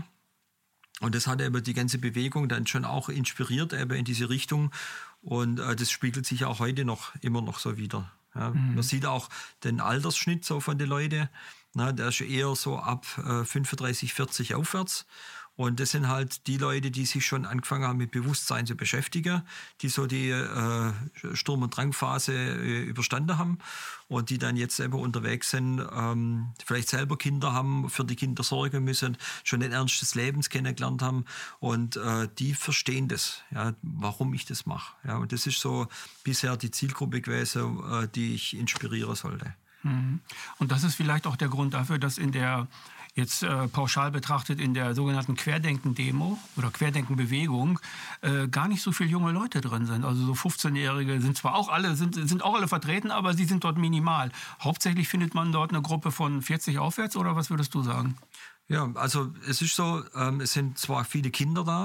Und das hat eben die ganze Bewegung dann schon auch inspiriert eben in diese Richtung. Und äh, das spiegelt sich auch heute noch immer noch so wieder. Ja, mhm. Man sieht auch den Altersschnitt so von den Leuten. Na, der ist eher so ab äh, fünfunddreißig, vierzig aufwärts. Und das sind halt die Leute, die sich schon angefangen haben, mit Bewusstsein zu beschäftigen, die so die äh, Sturm- und Drangphase äh, überstanden haben und die dann jetzt eben unterwegs sind, ähm, vielleicht selber Kinder haben, für die Kinder sorgen müssen, schon den Ernst des Lebens kennengelernt haben und äh, die verstehen das, ja, warum ich das mache. Ja, und das ist so bisher die Zielgruppe gewesen, äh, die ich inspirieren sollte. Mhm. Und das ist vielleicht auch der Grund dafür, dass in der jetzt äh, pauschal betrachtet in der sogenannten Querdenken-Demo oder Querdenken-Bewegung äh, gar nicht so viele junge Leute drin sind. Also so fünfzehnjährige sind zwar auch alle, sind, sind auch alle vertreten, aber sie sind dort minimal. Hauptsächlich findet man dort eine Gruppe von vierzig aufwärts, oder was würdest du sagen? Ja, also es ist so, ähm, es sind zwar viele Kinder da,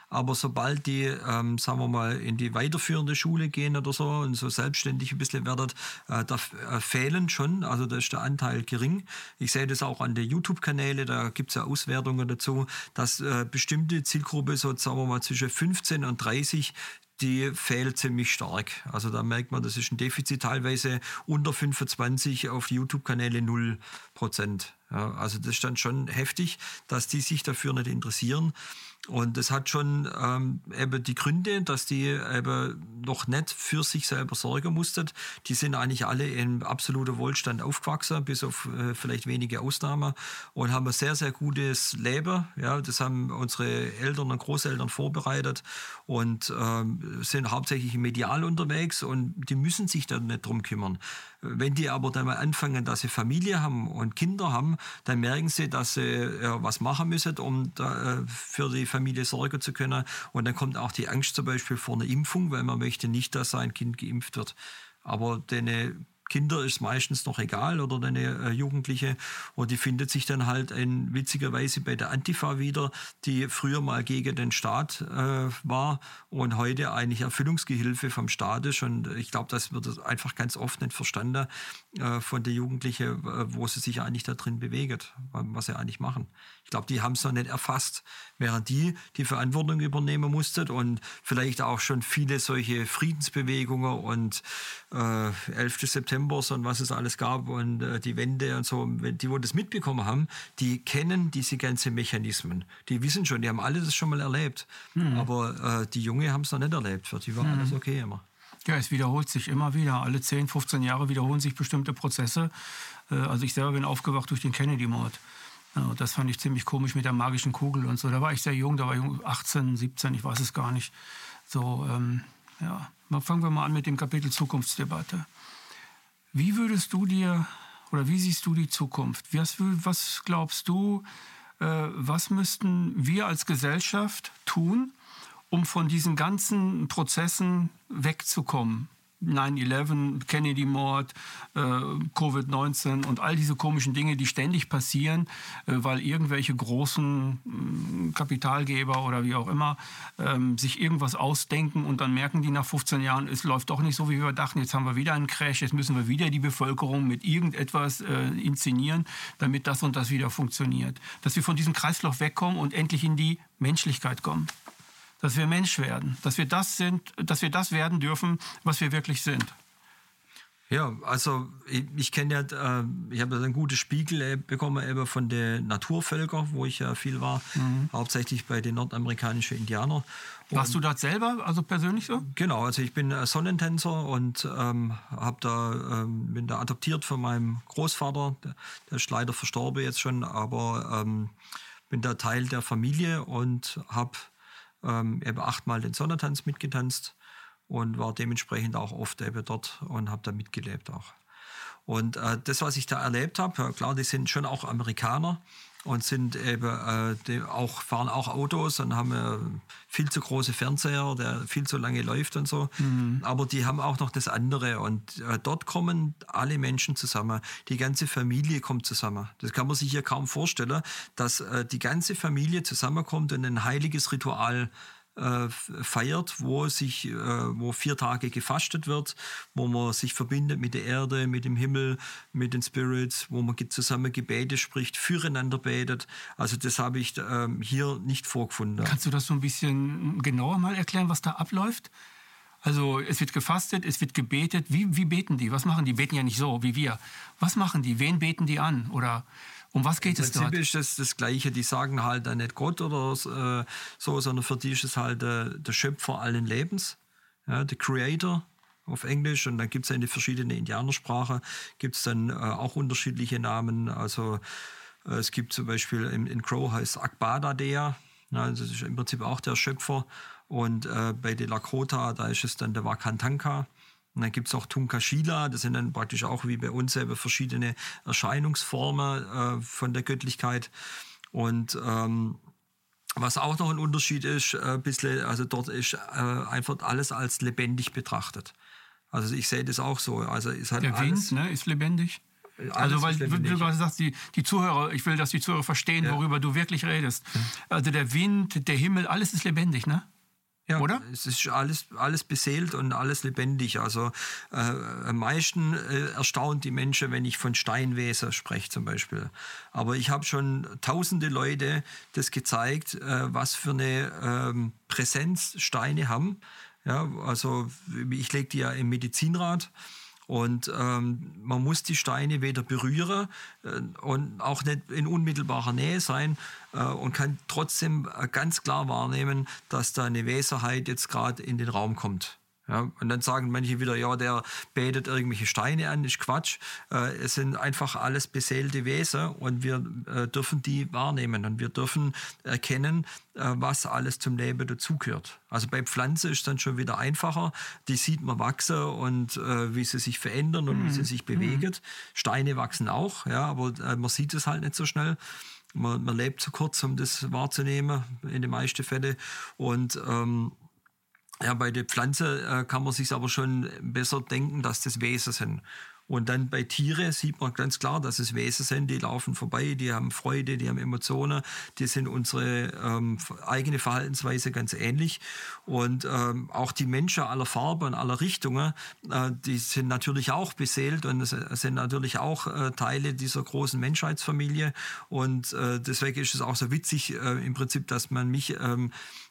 aber sobald die, ähm, sagen wir mal, in die weiterführende Schule gehen oder so und so selbstständig ein bisschen werden, äh, da äh, fehlen schon, also da ist der Anteil gering. Ich sehe das auch an den YouTube-Kanälen, da gibt es ja Auswertungen dazu, dass äh, bestimmte Zielgruppe, so sagen wir mal zwischen fünfzehn und dreißig, die fehlt ziemlich stark. Also da merkt man, das ist ein Defizit, teilweise unter fünfundzwanzig auf YouTube-Kanäle null Prozent. Ja, also das ist dann schon heftig, dass die sich dafür nicht interessieren. Und das hat schon ähm, eben die Gründe, dass die eben noch nicht für sich selber sorgen mussten. Die sind eigentlich alle in absoluter Wohlstand aufgewachsen, bis auf äh, vielleicht wenige Ausnahmen, und haben ein sehr, sehr gutes Leben. Ja, das haben unsere Eltern und Großeltern vorbereitet und ähm, sind hauptsächlich medial unterwegs, und die müssen sich dann nicht drum kümmern. Wenn die aber dann mal anfangen, dass sie Familie haben und Kinder haben, dann merken sie, dass sie ja, was machen müssen, um da, äh, für die Familie sorgen zu können. Und dann kommt auch die Angst zum Beispiel vor einer Impfung, weil man möchte nicht, dass sein Kind geimpft wird. Aber deine Kinder ist meistens noch egal, oder deine äh, Jugendliche, und die findet sich dann halt in, witzigerweise bei der Antifa wieder, die früher mal gegen den Staat äh, war und heute eigentlich Erfüllungsgehilfe vom Staat ist, und ich glaube, das wird einfach ganz oft nicht verstanden äh, von der Jugendlichen, wo sie sich eigentlich da drin bewegt, was sie eigentlich machen. Ich glaube, die haben es noch nicht erfasst, während die die Verantwortung übernehmen mussten und vielleicht auch schon viele solche Friedensbewegungen und äh, elften September und was es alles gab und äh, die Wende und so, die, wo das mitbekommen haben, die kennen diese ganzen Mechanismen. Die wissen schon, die haben alle das schon mal erlebt. Mhm. Aber äh, die Jungen haben es noch nicht erlebt. Für die war mhm. alles okay immer. Ja, es wiederholt sich immer wieder. Alle zehn, fünfzehn Jahre wiederholen sich bestimmte Prozesse. Äh, also ich selber bin aufgewacht durch den Kennedy-Mord. Ja, das fand ich ziemlich komisch mit der magischen Kugel und so. Da war ich sehr jung, da war ich achtzehn, siebzehn, ich weiß es gar nicht. So, ähm, ja. Fangen wir mal an mit dem Kapitel Zukunftsdebatte. Wie würdest du dir, oder wie siehst du die Zukunft? Was, was glaubst du, äh, was müssten wir als Gesellschaft tun, um von diesen ganzen Prozessen wegzukommen? neun elf, Kennedy-Mord, äh, Covid neunzehn und all diese komischen Dinge, die ständig passieren, äh, weil irgendwelche großen äh, Kapitalgeber oder wie auch immer äh, sich irgendwas ausdenken, und dann merken die nach fünfzehn Jahren, es läuft doch nicht so, wie wir dachten, jetzt haben wir wieder einen Crash, jetzt müssen wir wieder die Bevölkerung mit irgendetwas äh, inszenieren, damit das und das wieder funktioniert. Dass wir von diesem Kreislauf wegkommen und endlich in die Menschlichkeit kommen. Dass wir Mensch werden, dass wir das sind, dass wir das werden dürfen, was wir wirklich sind. Ja, also ich, ich kenne ja, äh, ich habe ja ein gutes Spiegel äh, bekommen eben von den Naturvölkern, wo ich ja viel war, mhm. hauptsächlich bei den nordamerikanischen Indianern. Und warst du dort selber, also persönlich so? Genau, also ich bin Sonnentänzer und ähm, hab da, ähm, bin da adoptiert von meinem Großvater, der, der ist leider verstorben jetzt schon, aber ähm, bin da Teil der Familie und habe Ähm, eben achtmal den Sonnentanz mitgetanzt und war dementsprechend auch oft eben dort und habe da mitgelebt auch. Und äh, das, was ich da erlebt habe, ja, klar, die sind schon auch Amerikaner und sind eben äh, die auch, fahren auch Autos und haben äh, viel zu große Fernseher, der viel zu lange läuft und so. Mhm. Aber die haben auch noch das andere, und äh, dort kommen alle Menschen zusammen. Die ganze Familie kommt zusammen. Das kann man sich hier kaum vorstellen, dass äh, die ganze Familie zusammenkommt und ein heiliges Ritual äh, feiert, wo sich, äh, wo vier Tage gefastet wird, wo man sich verbindet mit der Erde, mit dem Himmel, mit den Spirits, wo man zusammen Gebete spricht, füreinander betet. Also das habe ich äh, hier nicht vorgefunden. Kannst du das so ein bisschen genauer mal erklären, was da abläuft? Also es wird gefastet, es wird gebetet. Wie, wie beten die? Was machen die? Die beten ja nicht so wie wir. Was machen die? Wen beten die an? Oder um was geht es dort? Im Prinzip ist das das Gleiche. Die sagen halt nicht Gott oder äh, so, sondern für die ist es halt äh, der Schöpfer allen Lebens, ja, der Creator auf Englisch. Und dann gibt es in den verschiedenen Indianersprachen gibt es dann äh, auch unterschiedliche Namen. Also äh, es gibt zum Beispiel in, in Crow heißt Akbadadea, ja, das ist im Prinzip auch der Schöpfer. Und äh, bei den Lakota, da ist es dann der Wakantanka. Und dann gibt es auch Tunkashila, das sind dann praktisch auch wie bei uns selber verschiedene Erscheinungsformen äh, von der Göttlichkeit. Und ähm, was auch noch ein Unterschied ist, äh, bisschen, also dort ist äh, einfach alles als lebendig betrachtet. Also ich sehe das auch so. Also ist halt der alles, Wind, ne, ist lebendig? Also weil du, du gerade sagst, die, die Zuhörer, ich will, dass die Zuhörer verstehen, ja. worüber du wirklich redest. Ja. Also der Wind, der Himmel, alles ist lebendig, ne? Ja, oder? Es ist alles, alles beseelt und alles lebendig. Also äh, am meisten äh, erstaunt die Menschen, wenn ich von Steinwesen spreche zum Beispiel. Aber ich habe schon tausende Leute das gezeigt, äh, was für eine ähm, Präsenz Steine haben. Ja, also ich lege die ja im Medizinrat. Und ähm, man muss die Steine weder berühren äh, und auch nicht in unmittelbarer Nähe sein äh, und kann trotzdem äh, ganz klar wahrnehmen, dass da eine Wesenheit jetzt gerade in den Raum kommt. Ja, und dann sagen manche wieder, ja, der betet irgendwelche Steine an, ist Quatsch. Äh, es sind einfach alles beseelte Wesen und wir äh, dürfen die wahrnehmen und wir dürfen erkennen, äh, was alles zum Leben dazugehört. Also bei Pflanzen ist es dann schon wieder einfacher. Die sieht man wachsen und äh, wie sie sich verändern und mhm. wie sie sich bewegen. Mhm. Steine wachsen auch, ja, aber äh, man sieht es halt nicht so schnell. Man, man lebt zu kurz, um das wahrzunehmen, in den meisten Fällen. Und ähm, Ja, bei der Pflanze äh, kann man sich aber schon besser denken, dass das Wesen sind. Und dann bei Tieren sieht man ganz klar, dass es Wesen sind, die laufen vorbei, die haben Freude, die haben Emotionen, die sind unsere ähm, eigene Verhaltensweise ganz ähnlich. Und ähm, auch die Menschen aller Farben und aller Richtungen, äh, die sind natürlich auch beseelt und es sind natürlich auch äh, Teile dieser großen Menschheitsfamilie. Und äh, deswegen ist es auch so witzig äh, im Prinzip, dass man mich ähm,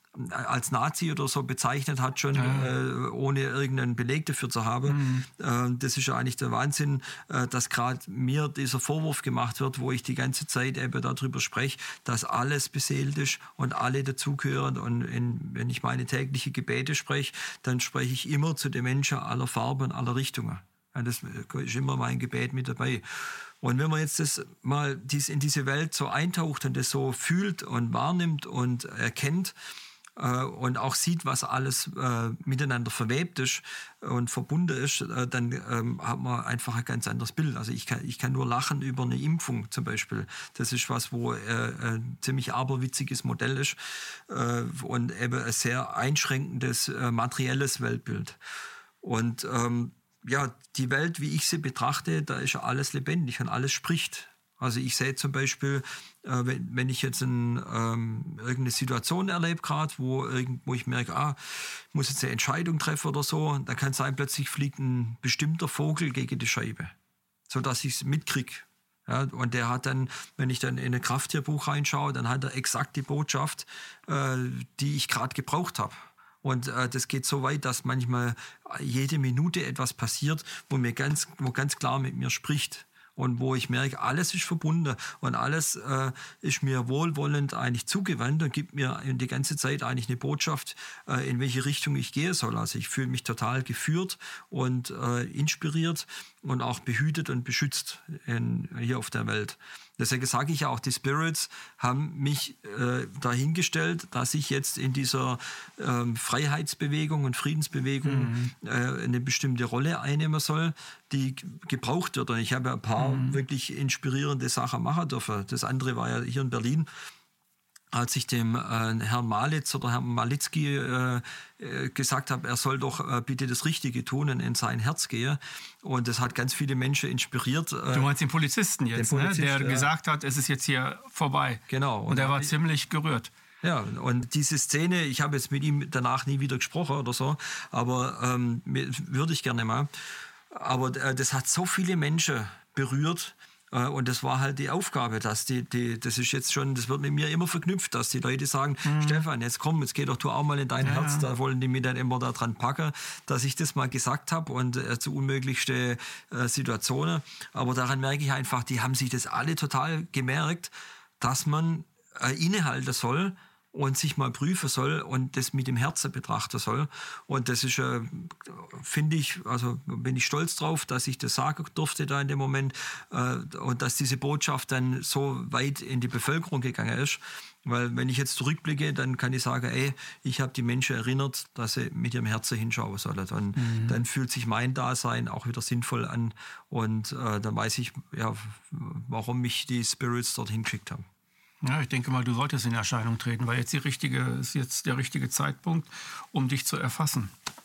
als Nazi oder so bezeichnet hat, schon ja. äh, ohne irgendeinen Beleg dafür zu haben. Mhm. Äh, das ist ja eigentlich der Wahnsinn, äh, dass gerade mir dieser Vorwurf gemacht wird, wo ich die ganze Zeit eben darüber spreche, dass alles beseelt ist und alle dazugehören. Und in, wenn ich meine tägliche Gebete spreche, dann spreche ich immer zu den Menschen aller Farben und aller Richtungen. Ja, das ist immer mein Gebet mit dabei. Und wenn man jetzt das mal dies, in diese Welt so eintaucht und das so fühlt und wahrnimmt und erkennt, und auch sieht, was alles äh, miteinander verwebt ist und verbunden ist, äh, dann ähm, hat man einfach ein ganz anderes Bild. Also ich kann, ich kann nur lachen über eine Impfung zum Beispiel. Das ist was, wo äh, ein ziemlich aberwitziges Modell ist äh, und eben ein sehr einschränkendes äh, materielles Weltbild. Und ähm, ja, die Welt, wie ich sie betrachte, da ist ja alles lebendig und alles spricht. Also ich sehe zum Beispiel, äh, wenn, wenn ich jetzt ein, ähm, irgendeine Situation erlebe gerade, wo, wo ich merke, ah, ich muss jetzt eine Entscheidung treffen oder so, dann kann es sein, plötzlich fliegt ein bestimmter Vogel gegen die Scheibe, sodass ich es mitkriege. Ja, und der hat dann, wenn ich dann in ein Krafttierbuch reinschaue, dann hat er exakt die Botschaft, äh, die ich gerade gebraucht habe. Und äh, das geht so weit, dass manchmal jede Minute etwas passiert, wo mir ganz, wo ganz klar mit mir spricht. Und wo ich merke, alles ist verbunden und alles äh, ist mir wohlwollend eigentlich zugewandt und gibt mir die ganze Zeit eigentlich eine Botschaft, äh, in welche Richtung ich gehen soll. Also ich fühle mich total geführt und äh, inspiriert und auch behütet und beschützt in, hier auf der Welt. Deswegen sage ich ja auch, die Spirits haben mich äh, dahingestellt, dass ich jetzt in dieser ähm, Freiheitsbewegung und Friedensbewegung mhm. äh, eine bestimmte Rolle einnehmen soll, die gebraucht wird. Und ich habe ein paar mhm. wirklich inspirierende Sachen machen dürfen. Das andere war ja hier in Berlin, als ich dem äh, Herrn Malitz oder Herrn Malitzki äh, äh, gesagt habe, er soll doch äh, bitte das Richtige tun und in sein Herz gehen. Und das hat ganz viele Menschen inspiriert. Äh, du meinst den Polizisten jetzt, den Polizist, ne? Der ja. gesagt hat, es ist jetzt hier vorbei. Genau. Und, und er war ich, ziemlich gerührt. Ja, und diese Szene, ich habe jetzt mit ihm danach nie wieder gesprochen oder so, aber ähm, würde ich gerne mal. Aber äh, das hat so viele Menschen berührt. Und das war halt die Aufgabe, dass die, die, das ist jetzt schon, das wird mit mir immer verknüpft, dass die Leute sagen, mhm. Stefan, jetzt komm, jetzt geh doch du auch mal in dein ja. Herz, da wollen die mich dann immer da dran packen, dass ich das mal gesagt habe und äh, zu unmöglichste äh, Situationen. Aber daran merke ich einfach, die haben sich das alle total gemerkt, dass man äh, innehalten soll und sich mal prüfen soll und das mit dem Herzen betrachten soll. Und das ist, äh, finde ich, also bin ich stolz drauf, dass ich das sagen durfte da in dem Moment äh, und dass diese Botschaft dann so weit in die Bevölkerung gegangen ist. Weil wenn ich jetzt zurückblicke, dann kann ich sagen, ey, ich habe die Menschen erinnert, dass sie mit ihrem Herzen hinschauen sollen. Und mhm. dann fühlt sich mein Dasein auch wieder sinnvoll an. Und äh, dann weiß ich, ja, warum mich die Spirits dorthin geschickt haben. Ja, ich denke mal, du solltest in Erscheinung treten, weil jetzt die richtige, ist jetzt der richtige Zeitpunkt, um dich zu erfassen.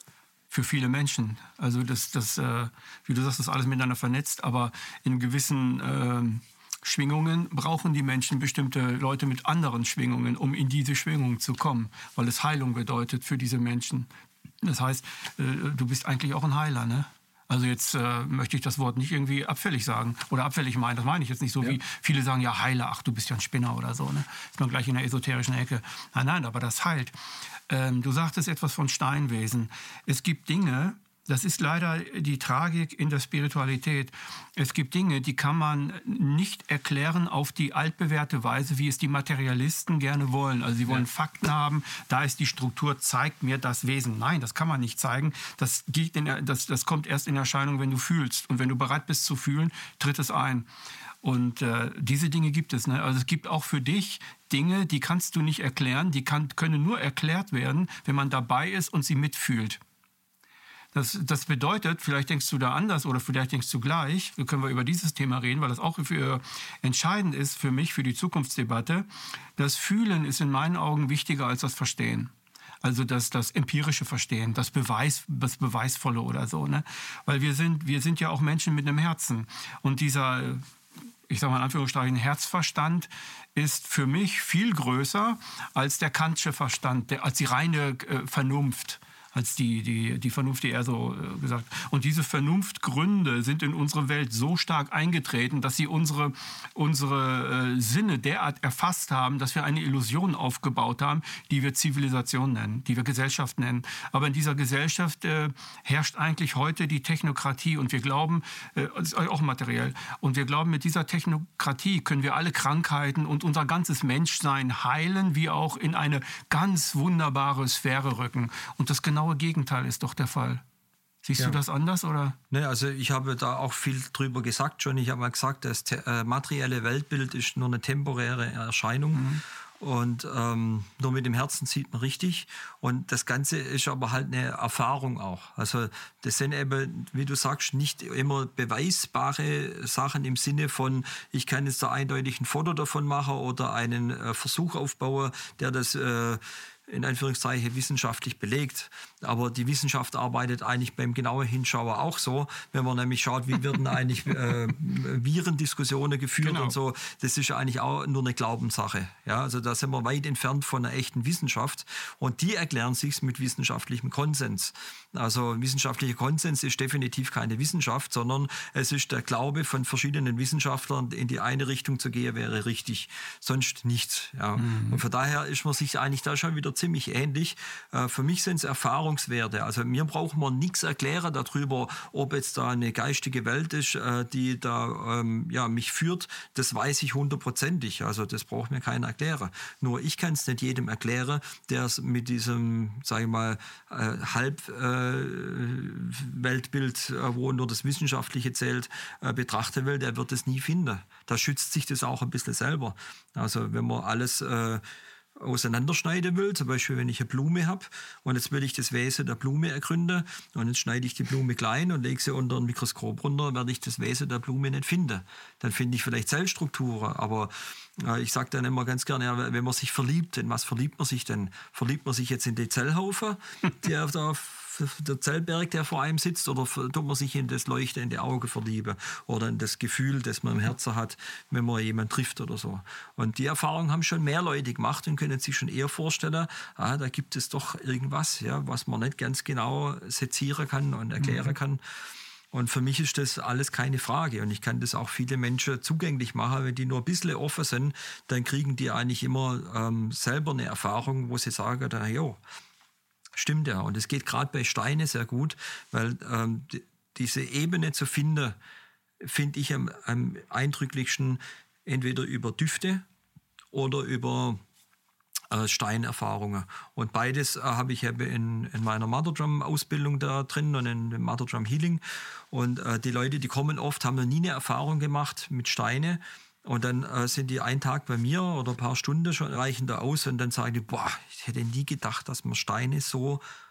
für viele Menschen. Also das, das äh, wie du sagst, das ist alles miteinander vernetzt, aber in gewissen äh, Schwingungen brauchen die Menschen bestimmte Leute mit anderen Schwingungen, um in diese Schwingung zu kommen, weil es Heilung bedeutet für diese Menschen. Das heißt, äh, du bist eigentlich auch ein Heiler, ne? Also jetzt äh, möchte ich das Wort nicht irgendwie abfällig sagen oder abfällig meinen. Das meine ich jetzt nicht so, ja. Wie viele sagen, ja Heiler, ach du bist ja ein Spinner oder so. Ne? Ist man gleich in der esoterischen Ecke. Nein, nein, aber das heilt. Ähm, du sagtest etwas von Steinwesen. Es gibt Dinge, das ist leider die Tragik in der Spiritualität. Es gibt Dinge, die kann man nicht erklären auf die altbewährte Weise, wie es die Materialisten gerne wollen. Also sie wollen ja. Fakten haben, da ist die Struktur, zeigt mir das Wesen. Nein, das kann man nicht zeigen. Das, geht in der, das, das kommt erst in Erscheinung, wenn du fühlst. Und wenn du bereit bist zu fühlen, tritt es ein. Und äh, diese Dinge gibt es. Ne? Also es gibt auch für dich Dinge, die kannst du nicht erklären, die kann, können nur erklärt werden, wenn man dabei ist und sie mitfühlt. Das, das bedeutet, vielleicht denkst du da anders oder vielleicht denkst du gleich, wir können wir über dieses Thema reden, weil das auch für, entscheidend ist für mich, für die Zukunftsdebatte. Das Fühlen ist in meinen Augen wichtiger als das Verstehen. Also das, das empirische Verstehen, das, Beweis, das Beweisvolle oder so. Ne? Weil wir sind, wir sind ja auch Menschen mit einem Herzen. Und dieser, ich sage mal in Anführungsstrichen, Herzverstand ist für mich viel größer als der Kantsche Verstand, der, als die reine äh, Vernunft. Als die, die, die Vernunft, die er so äh, gesagt hat. Und diese Vernunftgründe sind in unsere Welt so stark eingetreten, dass sie unsere, unsere äh, Sinne derart erfasst haben, dass wir eine Illusion aufgebaut haben, die wir Zivilisation nennen, die wir Gesellschaft nennen. Aber in dieser Gesellschaft äh, herrscht eigentlich heute die Technokratie und wir glauben, äh, das ist auch materiell, und wir glauben, mit dieser Technokratie können wir alle Krankheiten und unser ganzes Menschsein heilen, wie auch in eine ganz wunderbare Sphäre rücken. Und das genau Gegenteil ist doch der Fall. Siehst ja. du das anders, oder? Ne, also ich habe da auch viel drüber gesagt schon. Ich habe mal gesagt, das äh, materielle Weltbild ist nur eine temporäre Erscheinung. Mhm. Und ähm, nur mit dem Herzen sieht man richtig. Und das Ganze ist aber halt eine Erfahrung auch. Also das sind eben, wie du sagst, nicht immer beweisbare Sachen im Sinne von, ich kann jetzt da eindeutig ein Foto davon machen oder einen äh, Versuch aufbauen, der das äh, in Anführungszeichen wissenschaftlich belegt. Aber die Wissenschaft arbeitet eigentlich beim genauen Hinschauen auch so. Wenn man nämlich schaut, wie werden eigentlich äh, Virendiskussionen geführt genau. und so, das ist eigentlich auch nur eine Glaubenssache. Ja, also da sind wir weit entfernt von einer echten Wissenschaft. Und die erklären sich mit wissenschaftlichem Konsens. Also wissenschaftlicher Konsens ist definitiv keine Wissenschaft, sondern es ist der Glaube von verschiedenen Wissenschaftlern, in die eine Richtung zu gehen, wäre richtig. Sonst nichts. Ja. Mhm. Und von daher ist man sich eigentlich da schon wieder ziemlich ähnlich. Äh, für mich sind es Erfahrungswerte. Also mir braucht man nichts erklären darüber, ob jetzt da eine geistige Welt ist, äh, die da ähm, ja, mich führt. Das weiß ich hundertprozentig. Also das braucht mir keiner erklären. Nur ich kann es nicht jedem erklären, der es mit diesem, sage ich mal, äh, Halb äh, Weltbild, äh, wo nur das Wissenschaftliche zählt, äh, betrachten will, der wird es nie finden. Da schützt sich das auch ein bisschen selber. Also wenn man alles äh, auseinanderschneiden will, zum Beispiel wenn ich eine Blume habe und jetzt will ich das Wesen der Blume ergründen und jetzt schneide ich die Blume klein und lege sie unter ein Mikroskop runter, werde ich das Wesen der Blume nicht finden. Dann finde ich vielleicht Zellstrukturen, aber äh, ich sage dann immer ganz gerne, ja, wenn man sich verliebt, in was verliebt man sich denn? Verliebt man sich jetzt in die Zellhaufen, die auf der der Zellberg, der vor einem sitzt, oder tut man sich in das leuchtende Auge verlieben oder in das Gefühl, das man im Herzen hat, wenn man jemanden trifft oder so. Und die Erfahrung haben schon mehr Leute gemacht und können sich schon eher vorstellen, ah, da gibt es doch irgendwas, ja, was man nicht ganz genau sezieren kann und erklären mhm. kann. Und für mich ist das alles keine Frage. Und ich kann das auch viele Menschen zugänglich machen. Wenn die nur ein bisschen offen sind, dann kriegen die eigentlich immer ähm, selber eine Erfahrung, wo sie sagen, na jo, stimmt ja. Und es geht gerade bei Steinen sehr gut, weil ähm, die, diese Ebene zu finden, finde ich am, am eindrücklichsten entweder über Düfte oder über äh, Steinerfahrungen. Und beides äh, habe ich eben in, in meiner Mother Drum Ausbildung da drin und in dem Mother Drum Healing. Und äh, die Leute, die kommen oft, haben noch nie eine Erfahrung gemacht mit Steinen. Und dann äh, sind die einen Tag bei mir oder ein paar Stunden schon reichen da aus und dann sagen die, boah, ich hätte nie gedacht, dass man Steine so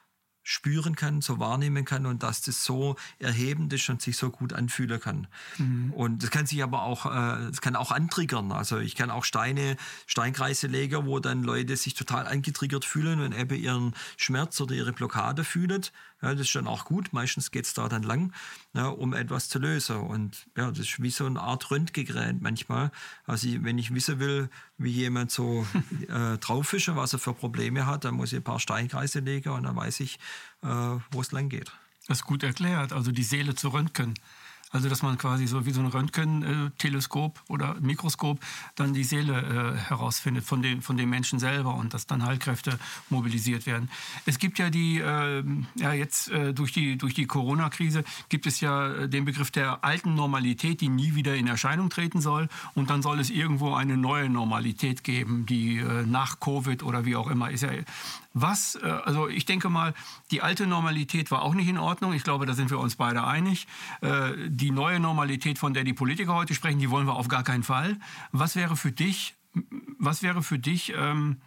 spüren kann, so wahrnehmen kann und dass das so erhebend ist und sich so gut anfühlen kann. Mhm. Und das kann sich aber auch, äh, das kann auch antriggern. Also ich kann auch Steine, Steinkreise legen, wo dann Leute sich total angetriggert fühlen und eben ihren Schmerz oder ihre Blockade fühlen. Ja, das ist dann auch gut. Meistens geht es da dann lang, ja, um etwas zu lösen. Und ja, das ist wie so eine Art Röntgengerät manchmal. Also ich, wenn ich wissen will, wie jemand so äh, drauf ist und was er für Probleme hat, dann muss ich ein paar Steinkreise legen und dann weiß ich, äh, wo es lang geht. Das ist gut erklärt. Also die Seele zu röntgen. Also dass man quasi so wie so ein Röntgen-Teleskop oder Mikroskop dann die Seele äh, herausfindet von dem, von dem Menschen selber und dass dann Heilkräfte mobilisiert werden. Es gibt ja die, äh, ja jetzt äh, durch die, durch die Corona-Krise gibt es ja den Begriff der alten Normalität, die nie wieder in Erscheinung treten soll. Und dann soll es irgendwo eine neue Normalität geben, die äh, nach Covid oder wie auch immer ist ja. Was, äh, also ich denke mal, die alte Normalität war auch nicht in Ordnung. Ich glaube, da sind wir uns beide einig. Äh, die neue Normalität, von der die Politiker heute sprechen, die wollen wir auf gar keinen Fall. Was wäre für dich, was wäre für dich ähm,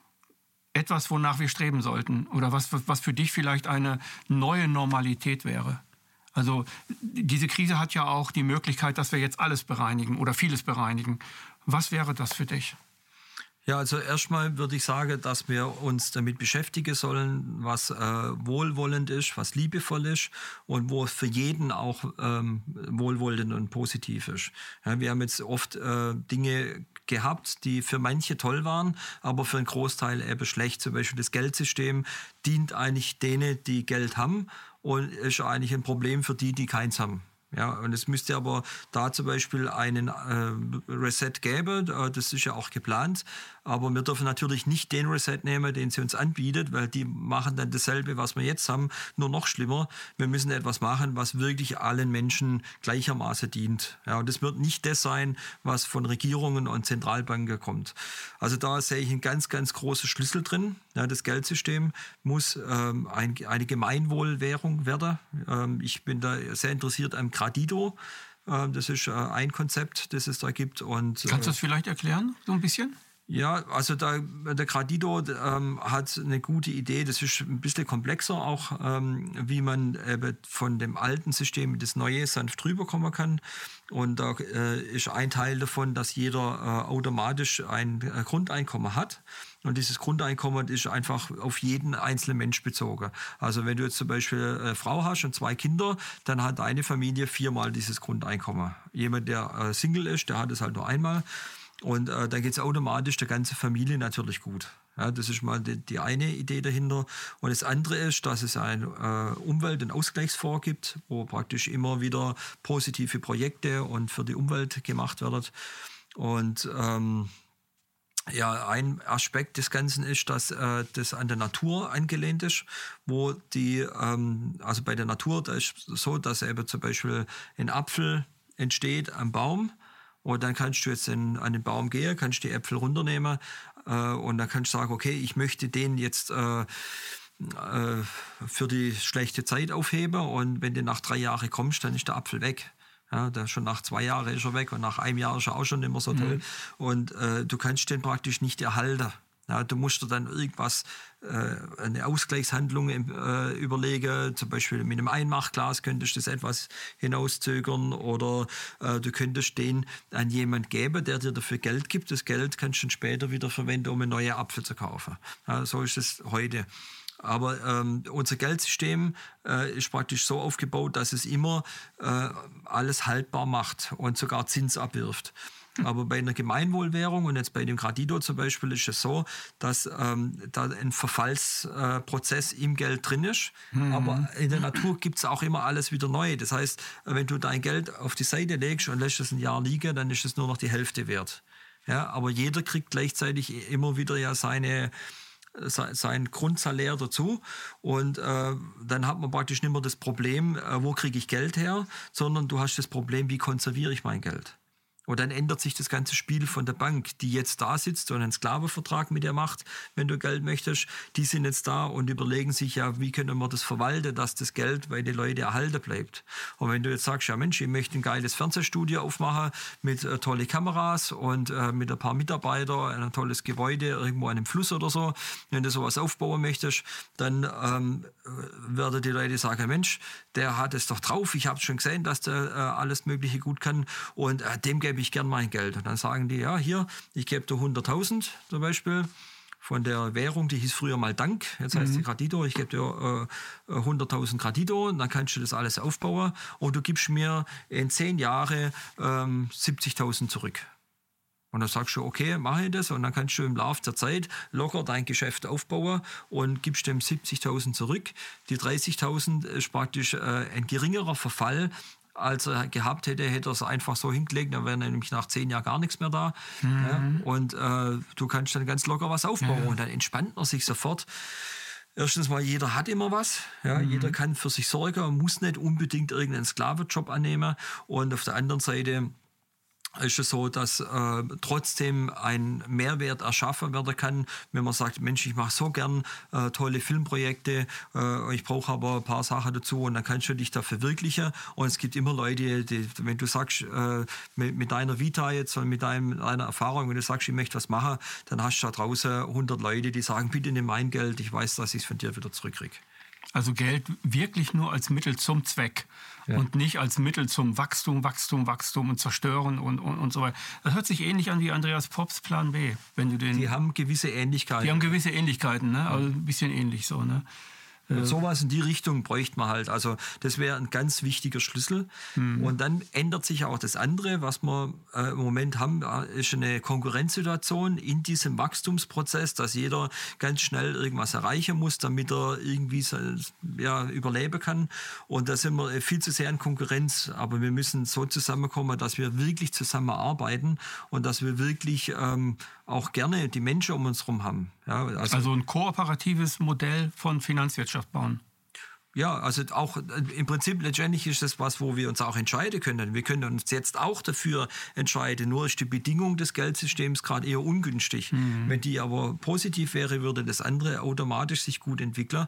etwas, wonach wir streben sollten? Oder was, was für dich vielleicht eine neue Normalität wäre? Also diese Krise hat ja auch die Möglichkeit, dass wir jetzt alles bereinigen oder vieles bereinigen. Was wäre das für dich? Ja, also erstmal würde ich sagen, dass wir uns damit beschäftigen sollen, was äh, wohlwollend ist, was liebevoll ist und wo es für jeden auch ähm, wohlwollend und positiv ist. Ja, wir haben jetzt oft äh, Dinge gehabt, die für manche toll waren, aber für einen Großteil eben schlecht. Zum Beispiel das Geldsystem dient eigentlich denen, die Geld haben und ist eigentlich ein Problem für die, die keins haben. Ja, und es müsste aber da zum Beispiel einen äh, Reset geben, das ist ja auch geplant, aber wir dürfen natürlich nicht den Reset nehmen, den sie uns anbietet, weil die machen dann dasselbe, was wir jetzt haben, nur noch schlimmer. Wir müssen etwas machen, was wirklich allen Menschen gleichermaßen dient. Ja, und das wird nicht das sein, was von Regierungen und Zentralbanken kommt. Also da sehe ich einen ganz, ganz großen Schlüssel drin. Ja, das Geldsystem muss ähm, ein, eine Gemeinwohlwährung werden. Ähm, ich bin da sehr interessiert am Gradido. Ähm, das ist äh, ein Konzept, das es da gibt. Und, Kannst du das vielleicht erklären, so ein bisschen? Ja, also da, der Gradido ähm, hat eine gute Idee. Das ist ein bisschen komplexer auch, ähm, wie man eben von dem alten System in das neue sanft rüberkommen kann. Und da äh, ist ein Teil davon, dass jeder äh, automatisch ein äh, Grundeinkommen hat. Und dieses Grundeinkommen ist einfach auf jeden einzelnen Mensch bezogen. Also wenn du jetzt zum Beispiel eine Frau hast und zwei Kinder, dann hat deine Familie viermal dieses Grundeinkommen. Jemand, der äh, Single ist, der hat es halt nur einmal. Und äh, dann geht es automatisch der ganzen Familie natürlich gut. Ja, das ist mal die, die eine Idee dahinter. Und das andere ist, dass es ein äh, Umwelt- und Ausgleichsfonds gibt, wo praktisch immer wieder positive Projekte und für die Umwelt gemacht werden. Und ähm, ja, ein Aspekt des Ganzen ist, dass äh, das an der Natur angelehnt ist, wo die, ähm, also bei der Natur, da ist so, dass eben zum Beispiel ein Apfel entsteht am Baum. Und dann kannst du jetzt in, an den Baum gehen, kannst die Äpfel runternehmen äh, und dann kannst du sagen, okay, ich möchte den jetzt äh, äh, für die schlechte Zeit aufheben und wenn du nach drei Jahren kommst, dann ist der Apfel weg. Ja, der schon nach zwei Jahren ist er weg und nach einem Jahr ist er auch schon nicht mehr so toll. Mhm. Und äh, du kannst den praktisch nicht erhalten. Ja, du musst dir dann irgendwas, äh, eine Ausgleichshandlung äh, überlegen, zum Beispiel mit einem Einmachglas könntest du das etwas hinauszögern oder äh, du könntest den an jemand geben, der dir dafür Geld gibt. Das Geld kannst du dann später wieder verwenden, um einen neuen Apfel zu kaufen. Ja, so ist es heute. Aber ähm, unser Geldsystem äh, ist praktisch so aufgebaut, dass es immer äh, alles haltbar macht und sogar Zins abwirft. Aber bei einer Gemeinwohlwährung und jetzt bei dem Gradido zum Beispiel ist es so, dass ähm, da ein Verfallsprozess äh, im Geld drin ist. Mhm. Aber in der Natur gibt es auch immer alles wieder neu. Das heißt, wenn du dein Geld auf die Seite legst und lässt es ein Jahr liegen, dann ist es nur noch die Hälfte wert. Ja, aber jeder kriegt gleichzeitig immer wieder ja seine sein Grundsalär dazu und äh, dann hat man praktisch nicht mehr das Problem, äh, wo kriege ich Geld her, sondern du hast das Problem, wie konserviere ich mein Geld. Und dann ändert sich das ganze Spiel von der Bank, die jetzt da sitzt und einen Sklavenvertrag mit dir macht, wenn du Geld möchtest. Die sind jetzt da und überlegen sich ja, wie können wir das verwalten, dass das Geld bei den Leuten erhalten bleibt. Und wenn du jetzt sagst, ja Mensch, ich möchte ein geiles Fernsehstudio aufmachen mit äh, tolle Kameras und äh, mit ein paar Mitarbeitern, ein tolles Gebäude irgendwo an einem Fluss oder so, wenn du sowas aufbauen möchtest, dann ähm, werden die Leute sagen, Mensch, der hat es doch drauf, ich habe schon gesehen, dass der äh, alles Mögliche gut kann und äh, dem gebe ich gern mein Geld. Und dann sagen die, ja, hier, ich gebe dir hunderttausend zum Beispiel von der Währung, die hieß früher mal Dank, jetzt heißt sie mhm. Kredito, ich gebe dir äh, hunderttausend Kredito und dann kannst du das alles aufbauen und du gibst mir in zehn Jahren ähm, siebzigtausend zurück. Und dann sagst du, okay, mache ich das und dann kannst du im Laufe der Zeit locker dein Geschäft aufbauen und gibst dem siebzigtausend zurück. Die dreißigtausend ist praktisch äh, ein geringerer Verfall, als er gehabt hätte, hätte er es einfach so hingelegt, dann wäre nämlich nach zehn Jahren gar nichts mehr da. Mhm. Ja, und äh, du kannst dann ganz locker was aufbauen ja. und dann entspannt man sich sofort. Erstens mal, jeder hat immer was. Ja, mhm. Jeder kann für sich sorgen, muss nicht unbedingt irgendeinen Sklavenjob annehmen. Und auf der anderen Seite ist es so, dass äh, trotzdem ein Mehrwert erschaffen werden kann, wenn man sagt, Mensch, ich mache so gern äh, tolle Filmprojekte, äh, ich brauche aber ein paar Sachen dazu und dann kannst du dich da verwirklichen. Und es gibt immer Leute, die, wenn du sagst, äh, mit, mit deiner Vita jetzt und mit deinem, deiner Erfahrung, wenn du sagst, ich möchte was machen, dann hast du da draußen hundert Leute, die sagen, bitte nimm mein Geld, ich weiß, dass ich es von dir wieder zurückkriege. Also Geld wirklich nur als Mittel zum Zweck. Ja. Und nicht als Mittel zum Wachstum, Wachstum, Wachstum und Zerstören und, und, und so weiter. Das hört sich ähnlich an wie Andreas Pops Plan B. Wenn du den, die haben gewisse Ähnlichkeiten. Die haben gewisse Ähnlichkeiten, ne? Also ein bisschen ähnlich so, ne? Und sowas in die Richtung bräuchte man halt. Also das wäre ein ganz wichtiger Schlüssel. Mhm. Und dann ändert sich auch das andere, was wir äh, im Moment haben, ist eine Konkurrenzsituation in diesem Wachstumsprozess, dass jeder ganz schnell irgendwas erreichen muss, damit er irgendwie ja, überleben kann. Und da sind wir viel zu sehr in Konkurrenz. Aber wir müssen so zusammenkommen, dass wir wirklich zusammenarbeiten und dass wir wirklich ähm, auch gerne die Menschen um uns herum haben. Ja, also, also ein kooperatives Modell von Finanzwirtschaft bauen. Ja, also auch im Prinzip letztendlich ist das was, wo wir uns auch entscheiden können. Wir können uns jetzt auch dafür entscheiden, nur ist die Bedingung des Geldsystems gerade eher ungünstig. Mhm. Wenn die aber positiv wäre, würde das andere automatisch sich gut entwickeln.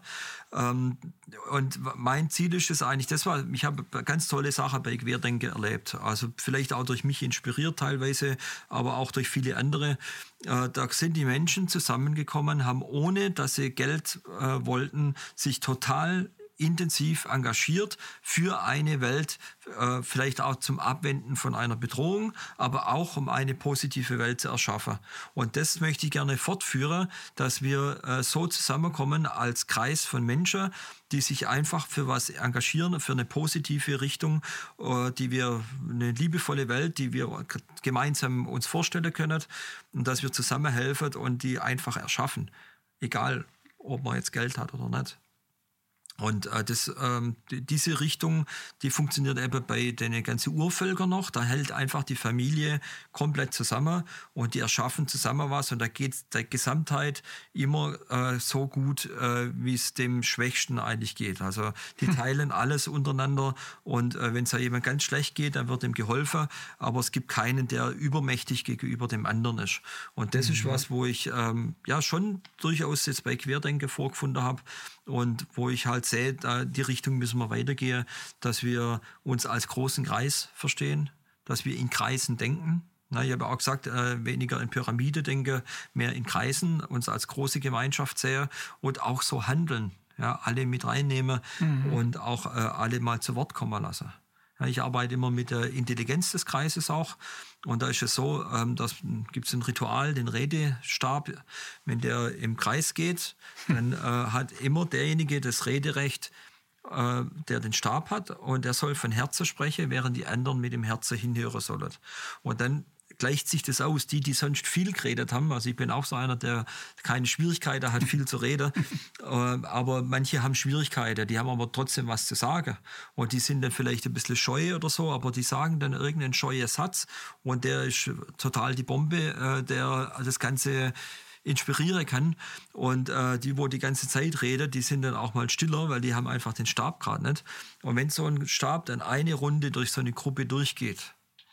Und mein Ziel ist es eigentlich, das war, ich habe ganz tolle Sachen bei Querdenken erlebt. Also vielleicht auch durch mich inspiriert teilweise, aber auch durch viele andere. Da sind die Menschen zusammengekommen, haben ohne, dass sie Geld äh, wollten, sich total intensiv engagiert für eine Welt, äh, vielleicht auch zum Abwenden von einer Bedrohung, aber auch um eine positive Welt zu erschaffen. Und das möchte ich gerne fortführen, dass wir äh, so zusammenkommen als Kreis von Menschen, die sich einfach für was engagieren, für eine positive Richtung, äh, die wir, eine liebevolle Welt, die wir gemeinsam uns vorstellen können und dass wir zusammen helfen und die einfach erschaffen. Egal, ob man jetzt Geld hat oder nicht. Und äh, das, ähm, die, diese Richtung, die funktioniert eben bei den ganzen Urvölkern noch. Da hält einfach die Familie komplett zusammen und die erschaffen zusammen was. Und da geht der Gesamtheit immer äh, so gut, äh, wie es dem Schwächsten eigentlich geht. Also die teilen alles untereinander und äh, wenn es ja jemand ganz schlecht geht, dann wird ihm geholfen. Aber es gibt keinen, der übermächtig gegenüber dem anderen ist. Und das mhm. ist was, wo ich ähm, ja schon durchaus jetzt bei Querdenken vorgefunden habe. Und wo ich halt sehe, da die Richtung müssen wir weitergehen, dass wir uns als großen Kreis verstehen, dass wir in Kreisen denken. Na, ich habe auch gesagt, äh, weniger in Pyramide denken, mehr in Kreisen, uns als große Gemeinschaft sehen und auch so handeln. Ja, alle mit reinnehmen mhm. und auch äh, alle mal zu Wort kommen lassen. Ja, ich arbeite immer mit der Intelligenz des Kreises auch. Und da ist es so, ähm, da gibt es ein Ritual, den Redestab. Wenn der im Kreis geht, dann äh, hat immer derjenige das Rederecht, äh, der den Stab hat. Und der soll von Herzen sprechen, während die anderen mit dem Herzen hinhören sollen. Und dann gleicht sich das aus. Die, die sonst viel geredet haben, also ich bin auch so einer, der keine Schwierigkeiten hat, viel zu reden, äh, aber manche haben Schwierigkeiten, die haben aber trotzdem was zu sagen. Und die sind dann vielleicht ein bisschen scheu oder so, aber die sagen dann irgendeinen scheuen Satz und der ist total die Bombe, äh, der das Ganze inspirieren kann. Und äh, die, wo die ganze Zeit reden, die sind dann auch mal stiller, weil die haben einfach den Stab gerade nicht. Und wenn so ein Stab dann eine Runde durch so eine Gruppe durchgeht,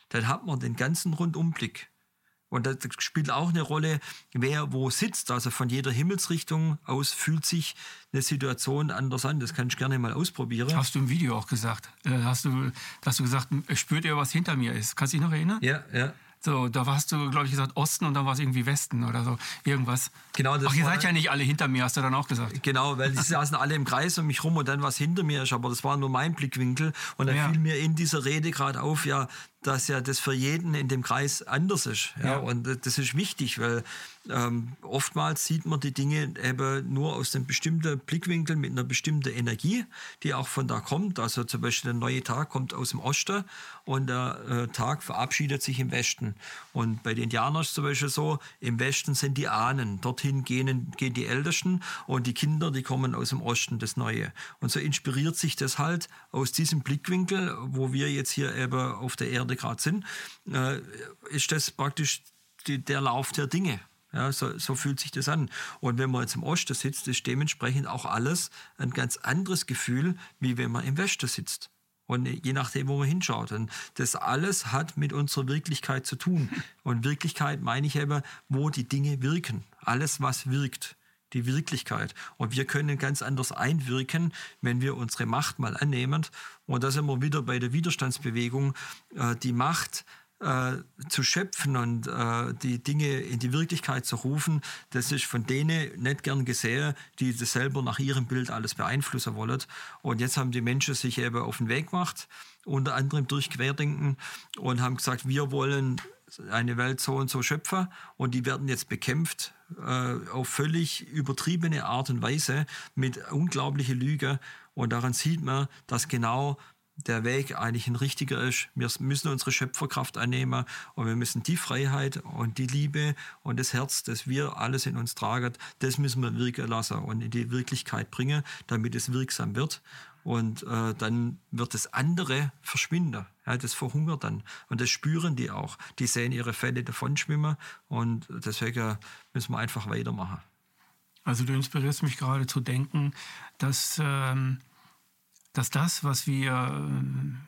dann hat man den ganzen Rundumblick. Und das spielt auch eine Rolle, wer wo sitzt. Also von jeder Himmelsrichtung aus fühlt sich eine Situation anders an. Das kann ich gerne mal ausprobieren. Hast du im Video auch gesagt. Äh, hast du, hast du gesagt, spürt ihr, was hinter mir ist? Kannst du dich noch erinnern? Ja, ja. So, da warst du, glaube ich, gesagt Osten und dann war es irgendwie Westen oder so. Irgendwas. Genau, das Ach, ihr war, seid ja nicht alle hinter mir, hast du dann auch gesagt. Genau, weil die saßen alle im Kreis um mich rum und dann was hinter mir ist. Aber das war nur mein Blickwinkel. Und dann Ja. fiel mir in dieser Rede gerade auf, ja, dass ja das für jeden in dem Kreis anders ist. Ja, Ja. Und das ist wichtig, weil ähm, oftmals sieht man die Dinge eben nur aus einem bestimmten Blickwinkel mit einer bestimmten Energie, die auch von da kommt. Also zum Beispiel der neue Tag kommt aus dem Osten und der äh, Tag verabschiedet sich im Westen. Und bei den Indianern ist es zum Beispiel so, im Westen sind die Ahnen, dorthin gehen, gehen die Ältesten und die Kinder, die kommen aus dem Osten, das Neue. Und so inspiriert sich das halt aus diesem Blickwinkel, wo wir jetzt hier eben auf der Erde gerade sind, äh, ist das praktisch die, der Lauf der Dinge. Ja, so, so fühlt sich das an. Und wenn man jetzt im Osten sitzt, ist dementsprechend auch alles ein ganz anderes Gefühl, wie wenn man im Westen sitzt. Und je nachdem, wo man hinschaut. Und das alles hat mit unserer Wirklichkeit zu tun. Und Wirklichkeit meine ich eben, wo die Dinge wirken. Alles, was wirkt. Die Wirklichkeit. Und wir können ganz anders einwirken, wenn wir unsere Macht mal annehmen. Und da sind wir wieder bei der Widerstandsbewegung. Äh, die Macht äh, zu schöpfen und äh, die Dinge in die Wirklichkeit zu rufen, das ist von denen nicht gern gesehen, die das selber nach ihrem Bild alles beeinflussen wollen. Und jetzt haben die Menschen sich eben auf den Weg gemacht, unter anderem durch Querdenken, und haben gesagt, wir wollen eine Welt so und so schöpfen und die werden jetzt bekämpft äh, auf völlig übertriebene Art und Weise mit unglaublicher Lüge. Und daran sieht man, dass genau der Weg eigentlich ein richtiger ist. Wir müssen unsere Schöpferkraft annehmen und wir müssen die Freiheit und die Liebe und das Herz, das wir alles in uns tragen, das müssen wir wirken lassen und in die Wirklichkeit bringen, damit es wirksam wird. Und äh, dann wird das andere verschwinden. Ja, das verhungert dann. Und das spüren die auch. Die sehen ihre Fälle davonschwimmen und deswegen müssen wir einfach weitermachen. Also du inspirierst mich gerade zu denken, dass, ähm, dass das, was wir ähm,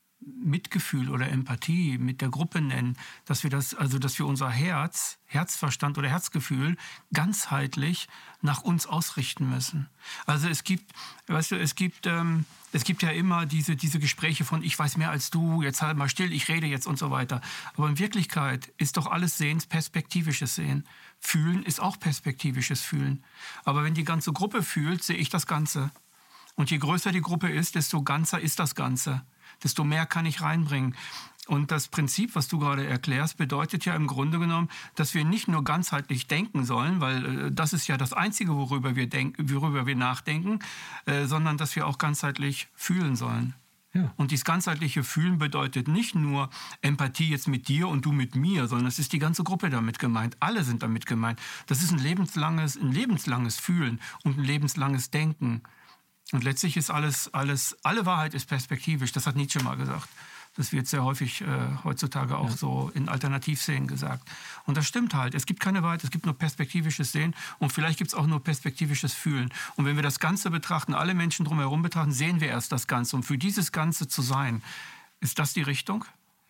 Mitgefühl oder Empathie mit der Gruppe nennen, dass wir das, also dass wir unser Herz, Herzverstand oder Herzgefühl ganzheitlich nach uns ausrichten müssen. Also es gibt, weißt du, es gibt, ähm, es gibt ja immer diese, diese Gespräche von ich weiß mehr als du, jetzt halt mal still, ich rede jetzt und so weiter. Aber in Wirklichkeit ist doch alles Sehens perspektivisches Sehen. Fühlen ist auch perspektivisches Fühlen. Aber wenn die ganze Gruppe fühlt, sehe ich das Ganze. Und je größer die Gruppe ist, desto ganzer ist das Ganze. Desto mehr kann ich reinbringen. Und das Prinzip, was du gerade erklärst, bedeutet ja im Grunde genommen, dass wir nicht nur ganzheitlich denken sollen, weil äh, das ist ja das Einzige, worüber wir, denken, worüber wir nachdenken, äh, sondern dass wir auch ganzheitlich fühlen sollen. Ja. Und dieses ganzheitliche Fühlen bedeutet nicht nur Empathie jetzt mit dir und du mit mir, sondern es ist die ganze Gruppe damit gemeint. Alle sind damit gemeint. Das ist ein lebenslanges, ein lebenslanges Fühlen und ein lebenslanges Denken. Und letztlich ist alles, alles, alle Wahrheit ist perspektivisch. Das hat Nietzsche mal gesagt. Das wird sehr häufig äh, heutzutage auch ja. so in Alternativszenen gesagt. Und das stimmt halt. Es gibt keine Wahrheit, es gibt nur perspektivisches Sehen und vielleicht gibt es auch nur perspektivisches Fühlen. Und wenn wir das Ganze betrachten, alle Menschen drumherum betrachten, sehen wir erst das Ganze. Und für dieses Ganze zu sein, ist das die Richtung?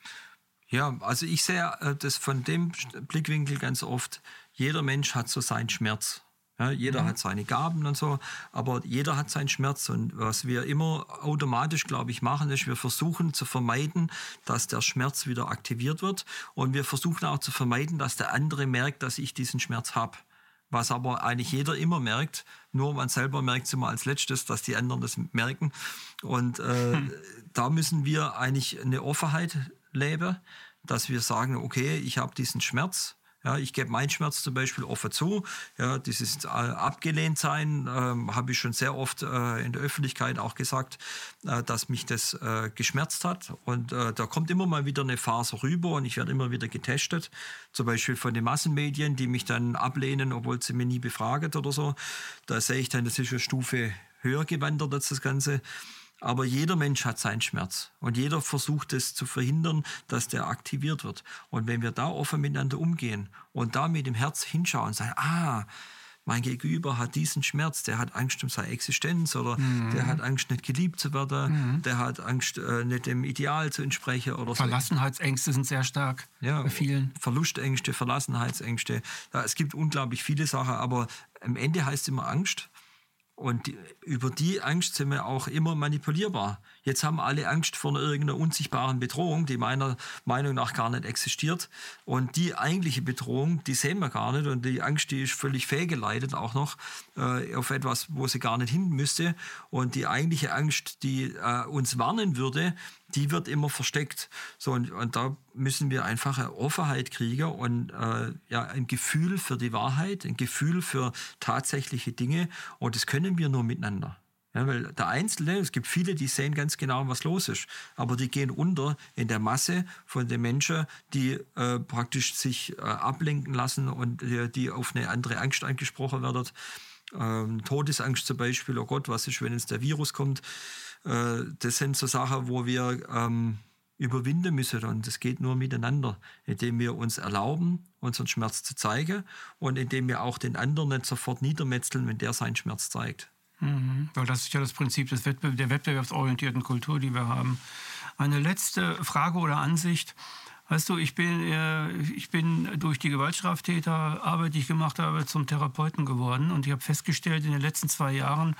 Ja, also ich sehe das von dem Blickwinkel ganz oft, jeder Mensch hat so seinen Schmerz. Ja, jeder mhm. hat seine Gaben und so, aber jeder hat seinen Schmerz. Und was wir immer automatisch, glaube ich, machen, ist, wir versuchen zu vermeiden, dass der Schmerz wieder aktiviert wird. Und wir versuchen auch zu vermeiden, dass der andere merkt, dass ich diesen Schmerz habe. Was aber eigentlich jeder immer merkt, nur man selber merkt es immer als letztes, dass die anderen das merken. Und äh, hm. da müssen wir eigentlich eine Offenheit leben, dass wir sagen, okay, ich habe diesen Schmerz. Ja, ich gebe meinen Schmerz zum Beispiel offen zu. Ja, dieses äh, abgelehnt sein äh, habe ich schon sehr oft äh, in der Öffentlichkeit auch gesagt, äh, dass mich das äh, geschmerzt hat. Und äh, da kommt immer mal wieder eine Phase rüber und ich werde immer wieder getestet. Zum Beispiel von den Massenmedien, die mich dann ablehnen, obwohl sie mir nie befragen oder so. Da sehe ich dann, das ist eine Stufe höher gewandert als das Ganze. Aber jeder Mensch hat seinen Schmerz und jeder versucht es zu verhindern, dass der aktiviert wird. Und wenn wir da offen miteinander umgehen und da mit dem Herz hinschauen und sagen, ah, mein Gegenüber hat diesen Schmerz, der hat Angst um seine Existenz oder mhm. der hat Angst, nicht geliebt zu werden, mhm. der hat Angst, äh, nicht dem Ideal zu entsprechen. Oder Verlassenheitsängste so. sind sehr stark ja, bei vielen. Verlustängste, Verlassenheitsängste. Ja, es gibt unglaublich viele Sachen, aber am Ende heißt es immer Angst. Und die, über die Angst sind wir auch immer manipulierbar. Jetzt haben alle Angst vor irgendeiner unsichtbaren Bedrohung, die meiner Meinung nach gar nicht existiert. Und die eigentliche Bedrohung, die sehen wir gar nicht. Und die Angst, die ist völlig fehlgeleitet auch noch äh, auf etwas, wo sie gar nicht hin müsste. Und die eigentliche Angst, die äh, uns warnen würde, die wird immer versteckt. So, und, und da müssen wir einfach eine Offenheit kriegen und äh, ja, ein Gefühl für die Wahrheit, ein Gefühl für tatsächliche Dinge. Und das können wir nur miteinander. Ja, weil der Einzelne, es gibt viele, die sehen ganz genau, was los ist. Aber die gehen unter in der Masse von den Menschen, die äh, praktisch sich äh, ablenken lassen und äh, die auf eine andere Angst angesprochen werden. Ähm, Todesangst zum Beispiel, oh Gott, was ist, wenn jetzt der Virus kommt? Äh, das sind so Sachen, wo wir ähm, überwinden müssen. Und das geht nur miteinander, indem wir uns erlauben, unseren Schmerz zu zeigen und indem wir auch den anderen nicht sofort niedermetzeln, wenn der seinen Schmerz zeigt. Mhm. Weil das ist ja das Prinzip des Wettbe- der wettbewerbsorientierten Kultur, die wir haben. Eine letzte Frage oder Ansicht. Weißt du, ich bin, äh, ich bin durch die Gewaltstraftäterarbeit, die ich gemacht habe, zum Therapeuten geworden. Und ich habe festgestellt, in den letzten zwei Jahren,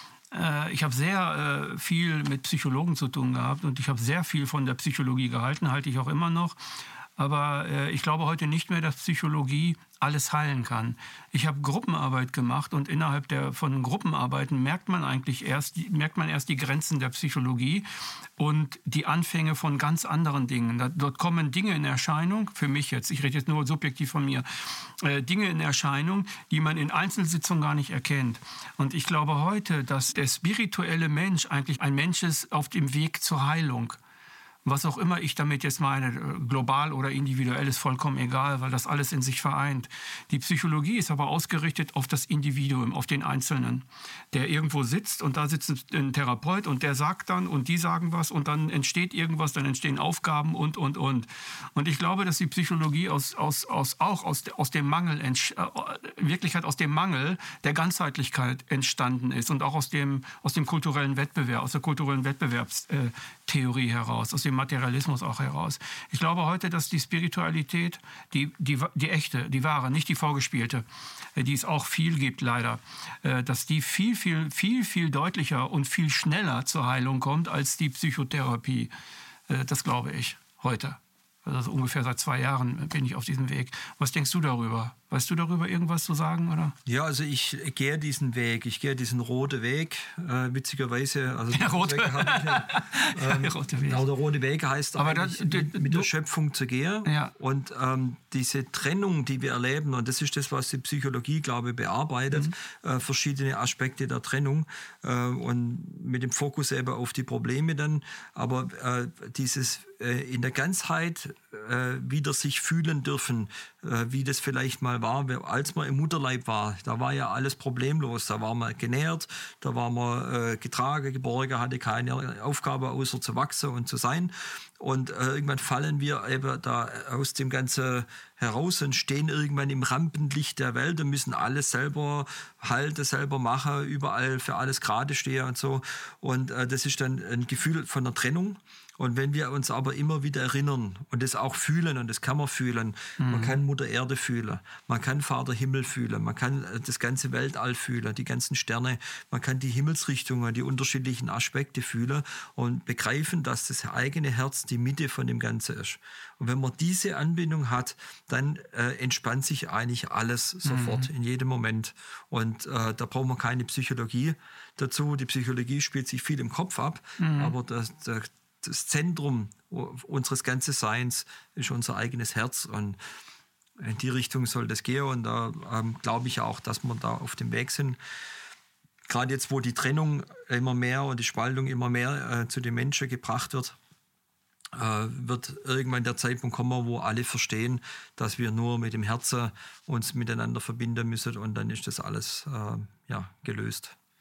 äh, ich habe sehr äh, viel mit Psychologen zu tun gehabt. Und ich habe sehr viel von der Psychologie gehalten, halte ich auch immer noch. Aber äh, ich glaube heute nicht mehr, dass Psychologie alles heilen kann. Ich habe Gruppenarbeit gemacht und innerhalb der, von Gruppenarbeiten merkt man eigentlich erst, merkt man erst die Grenzen der Psychologie und die Anfänge von ganz anderen Dingen. Da, dort kommen Dinge in Erscheinung, für mich jetzt, ich rede jetzt nur subjektiv von mir, äh, Dinge in Erscheinung, die man in Einzelsitzungen gar nicht erkennt. Und ich glaube heute, dass der spirituelle Mensch eigentlich ein Mensch ist auf dem Weg zur Heilung. Was auch immer ich damit jetzt meine, global oder individuell, ist vollkommen egal, weil das alles in sich vereint. Die Psychologie ist aber ausgerichtet auf das Individuum, auf den Einzelnen, der irgendwo sitzt und da sitzt ein Therapeut und der sagt dann und die sagen was und dann entsteht irgendwas, dann entstehen Aufgaben und, und, und. Und ich glaube, dass die Psychologie aus, aus, aus, auch aus, aus dem Mangel, in Wirklichkeit aus dem Mangel der Ganzheitlichkeit entstanden ist und auch aus dem, aus dem kulturellen Wettbewerb, aus der kulturellen Wettbewerbstheorie heraus, aus dem Materialismus auch heraus. Ich glaube heute, dass die Spiritualität, die, die, die echte, die wahre, nicht die vorgespielte, die es auch viel gibt leider, dass die viel, viel, viel, viel deutlicher und viel schneller zur Heilung kommt als die Psychotherapie. Das glaube ich heute. Also ungefähr seit zwei Jahren bin ich auf diesem Weg. Was denkst du darüber? Weißt du darüber irgendwas zu sagen, oder? Ja, also ich gehe diesen Weg. Ich gehe diesen roten Weg, äh, witzigerweise. Also der rote Weg. Ähm, der rote Weg. Genau, der rote Weg heißt aber das, mit, mit der Schöpfung zu gehen. Ja. Und ähm, diese Trennung, die wir erleben, und das ist das, was die Psychologie, glaube ich, bearbeitet, mhm. äh, verschiedene Aspekte der Trennung äh, und mit dem Fokus eben auf die Probleme dann. Aber äh, dieses äh, in der Ganzheit äh, wieder sich fühlen dürfen, äh, wie das vielleicht mal war, als man im Mutterleib war. Da war ja alles problemlos. Da war man genährt, da war man äh, getragen, geborgen, hatte keine Aufgabe, außer zu wachsen und zu sein. Und äh, irgendwann fallen wir eben da aus dem Ganzen heraus und stehen irgendwann im Rampenlicht der Welt und müssen alles selber halten, selber machen, überall für alles gerade stehen und so. Und äh, das ist dann ein Gefühl von der Trennung. Und wenn wir uns aber immer wieder erinnern und das auch fühlen, und das kann man fühlen, mhm. man kann Mutter Erde fühlen, man kann Vater Himmel fühlen, man kann das ganze Weltall fühlen, die ganzen Sterne, man kann die Himmelsrichtungen, die unterschiedlichen Aspekte fühlen und begreifen, dass das eigene Herz die Mitte von dem Ganzen ist. Und wenn man diese Anbindung hat, dann äh, entspannt sich eigentlich alles sofort, mhm. in jedem Moment. Und äh, da braucht man keine Psychologie dazu. Die Psychologie spielt sich viel im Kopf ab, mhm. aber das, das Das Zentrum unseres ganzen Seins ist unser eigenes Herz und in die Richtung soll das gehen und da ähm, glaube ich auch, dass wir da auf dem Weg sind. Gerade jetzt, wo die Trennung immer mehr und die Spaltung immer mehr äh, zu den Menschen gebracht wird, äh, wird irgendwann der Zeitpunkt kommen, wo alle verstehen, dass wir nur mit dem Herzen uns miteinander verbinden müssen und dann ist das alles äh, ja, gelöst.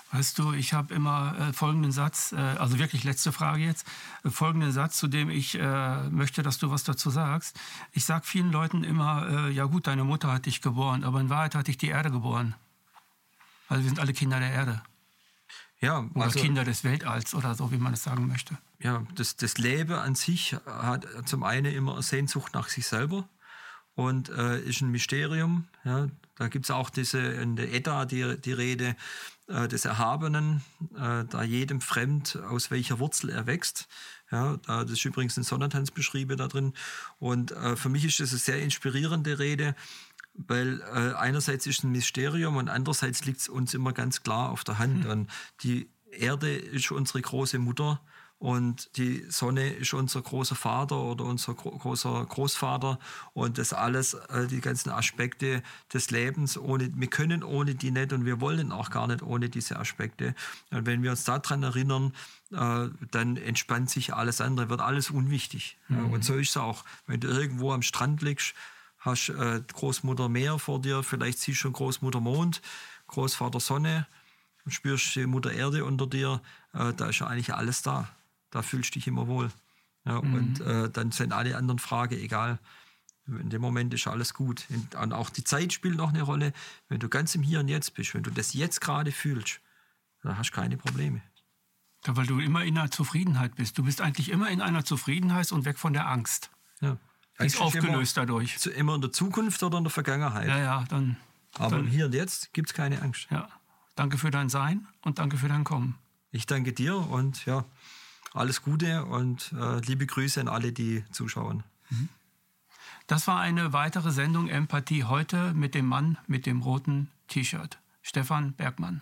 Weißt du, ich habe immer äh, folgenden Satz, äh, also wirklich letzte Frage jetzt, äh, folgenden Satz, zu dem ich äh, möchte, dass du was dazu sagst. Ich sage vielen Leuten immer, äh, ja gut, deine Mutter hat dich geboren, aber in Wahrheit hat dich die Erde geboren. Also wir sind alle Kinder der Erde. Ja, oder also, Kinder des Weltalls oder so, wie man es sagen möchte. Ja, das, das Leben an sich hat zum einen immer eine Sehnsucht nach sich selber und äh, ist ein Mysterium. Ja. Da gibt es auch diese, in der Edda die, die Rede äh, des Erhabenen, äh, da jedem fremd, aus welcher Wurzel er wächst. Ja, da, das ist übrigens ein Sonnentanz beschrieben da drin. Und äh, für mich ist das eine sehr inspirierende Rede, weil äh, einerseits ist es ein Mysterium und andererseits liegt es uns immer ganz klar auf der Hand. Mhm. Und die Erde ist unsere große Mutter und die Sonne ist unser großer Vater oder unser gro- großer Großvater und das alles, äh, die ganzen Aspekte des Lebens, ohne, wir können ohne die nicht und wir wollen auch gar nicht ohne diese Aspekte. Und wenn wir uns daran erinnern, äh, dann entspannt sich alles andere, wird alles unwichtig. Mhm. Ja, und so ist es auch, wenn du irgendwo am Strand liegst, hast äh, Großmutter Meer vor dir, vielleicht siehst du schon Großmutter Mond, Großvater Sonne, spürst die Mutter Erde unter dir, äh, da ist ja eigentlich alles da. Da fühlst du dich immer wohl. Ja, mhm. Und äh, dann sind alle anderen Fragen egal. In dem Moment ist alles gut. Und auch die Zeit spielt noch eine Rolle. Wenn du ganz im Hier und Jetzt bist, wenn du das jetzt gerade fühlst, dann hast du keine Probleme. Ja, weil du immer in einer Zufriedenheit bist. Du bist eigentlich immer in einer Zufriedenheit und weg von der Angst. Ja. Die ist aufgelöst immer, dadurch. Immer in der Zukunft oder in der Vergangenheit. Ja, ja, dann. Aber dann, im Hier und Jetzt gibt es keine Angst. Ja. Danke für dein Sein und danke für dein Kommen. Ich danke dir und ja, alles Gute und äh, liebe Grüße an alle, die zuschauen. Das war eine weitere Sendung Empathie heute mit dem Mann mit dem roten T-Shirt, Stefan Bergmann.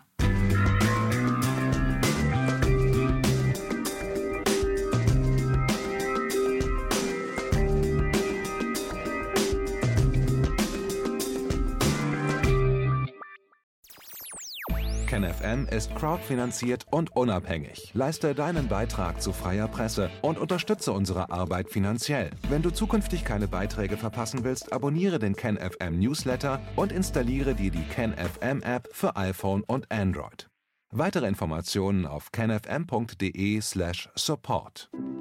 KenFM ist crowdfinanziert und unabhängig. Leiste deinen Beitrag zu freier Presse und unterstütze unsere Arbeit finanziell. Wenn du zukünftig keine Beiträge verpassen willst, abonniere den KenFM Newsletter und installiere dir die KenFM App für iPhone und Android. Weitere Informationen auf kenfm punkt de slash support.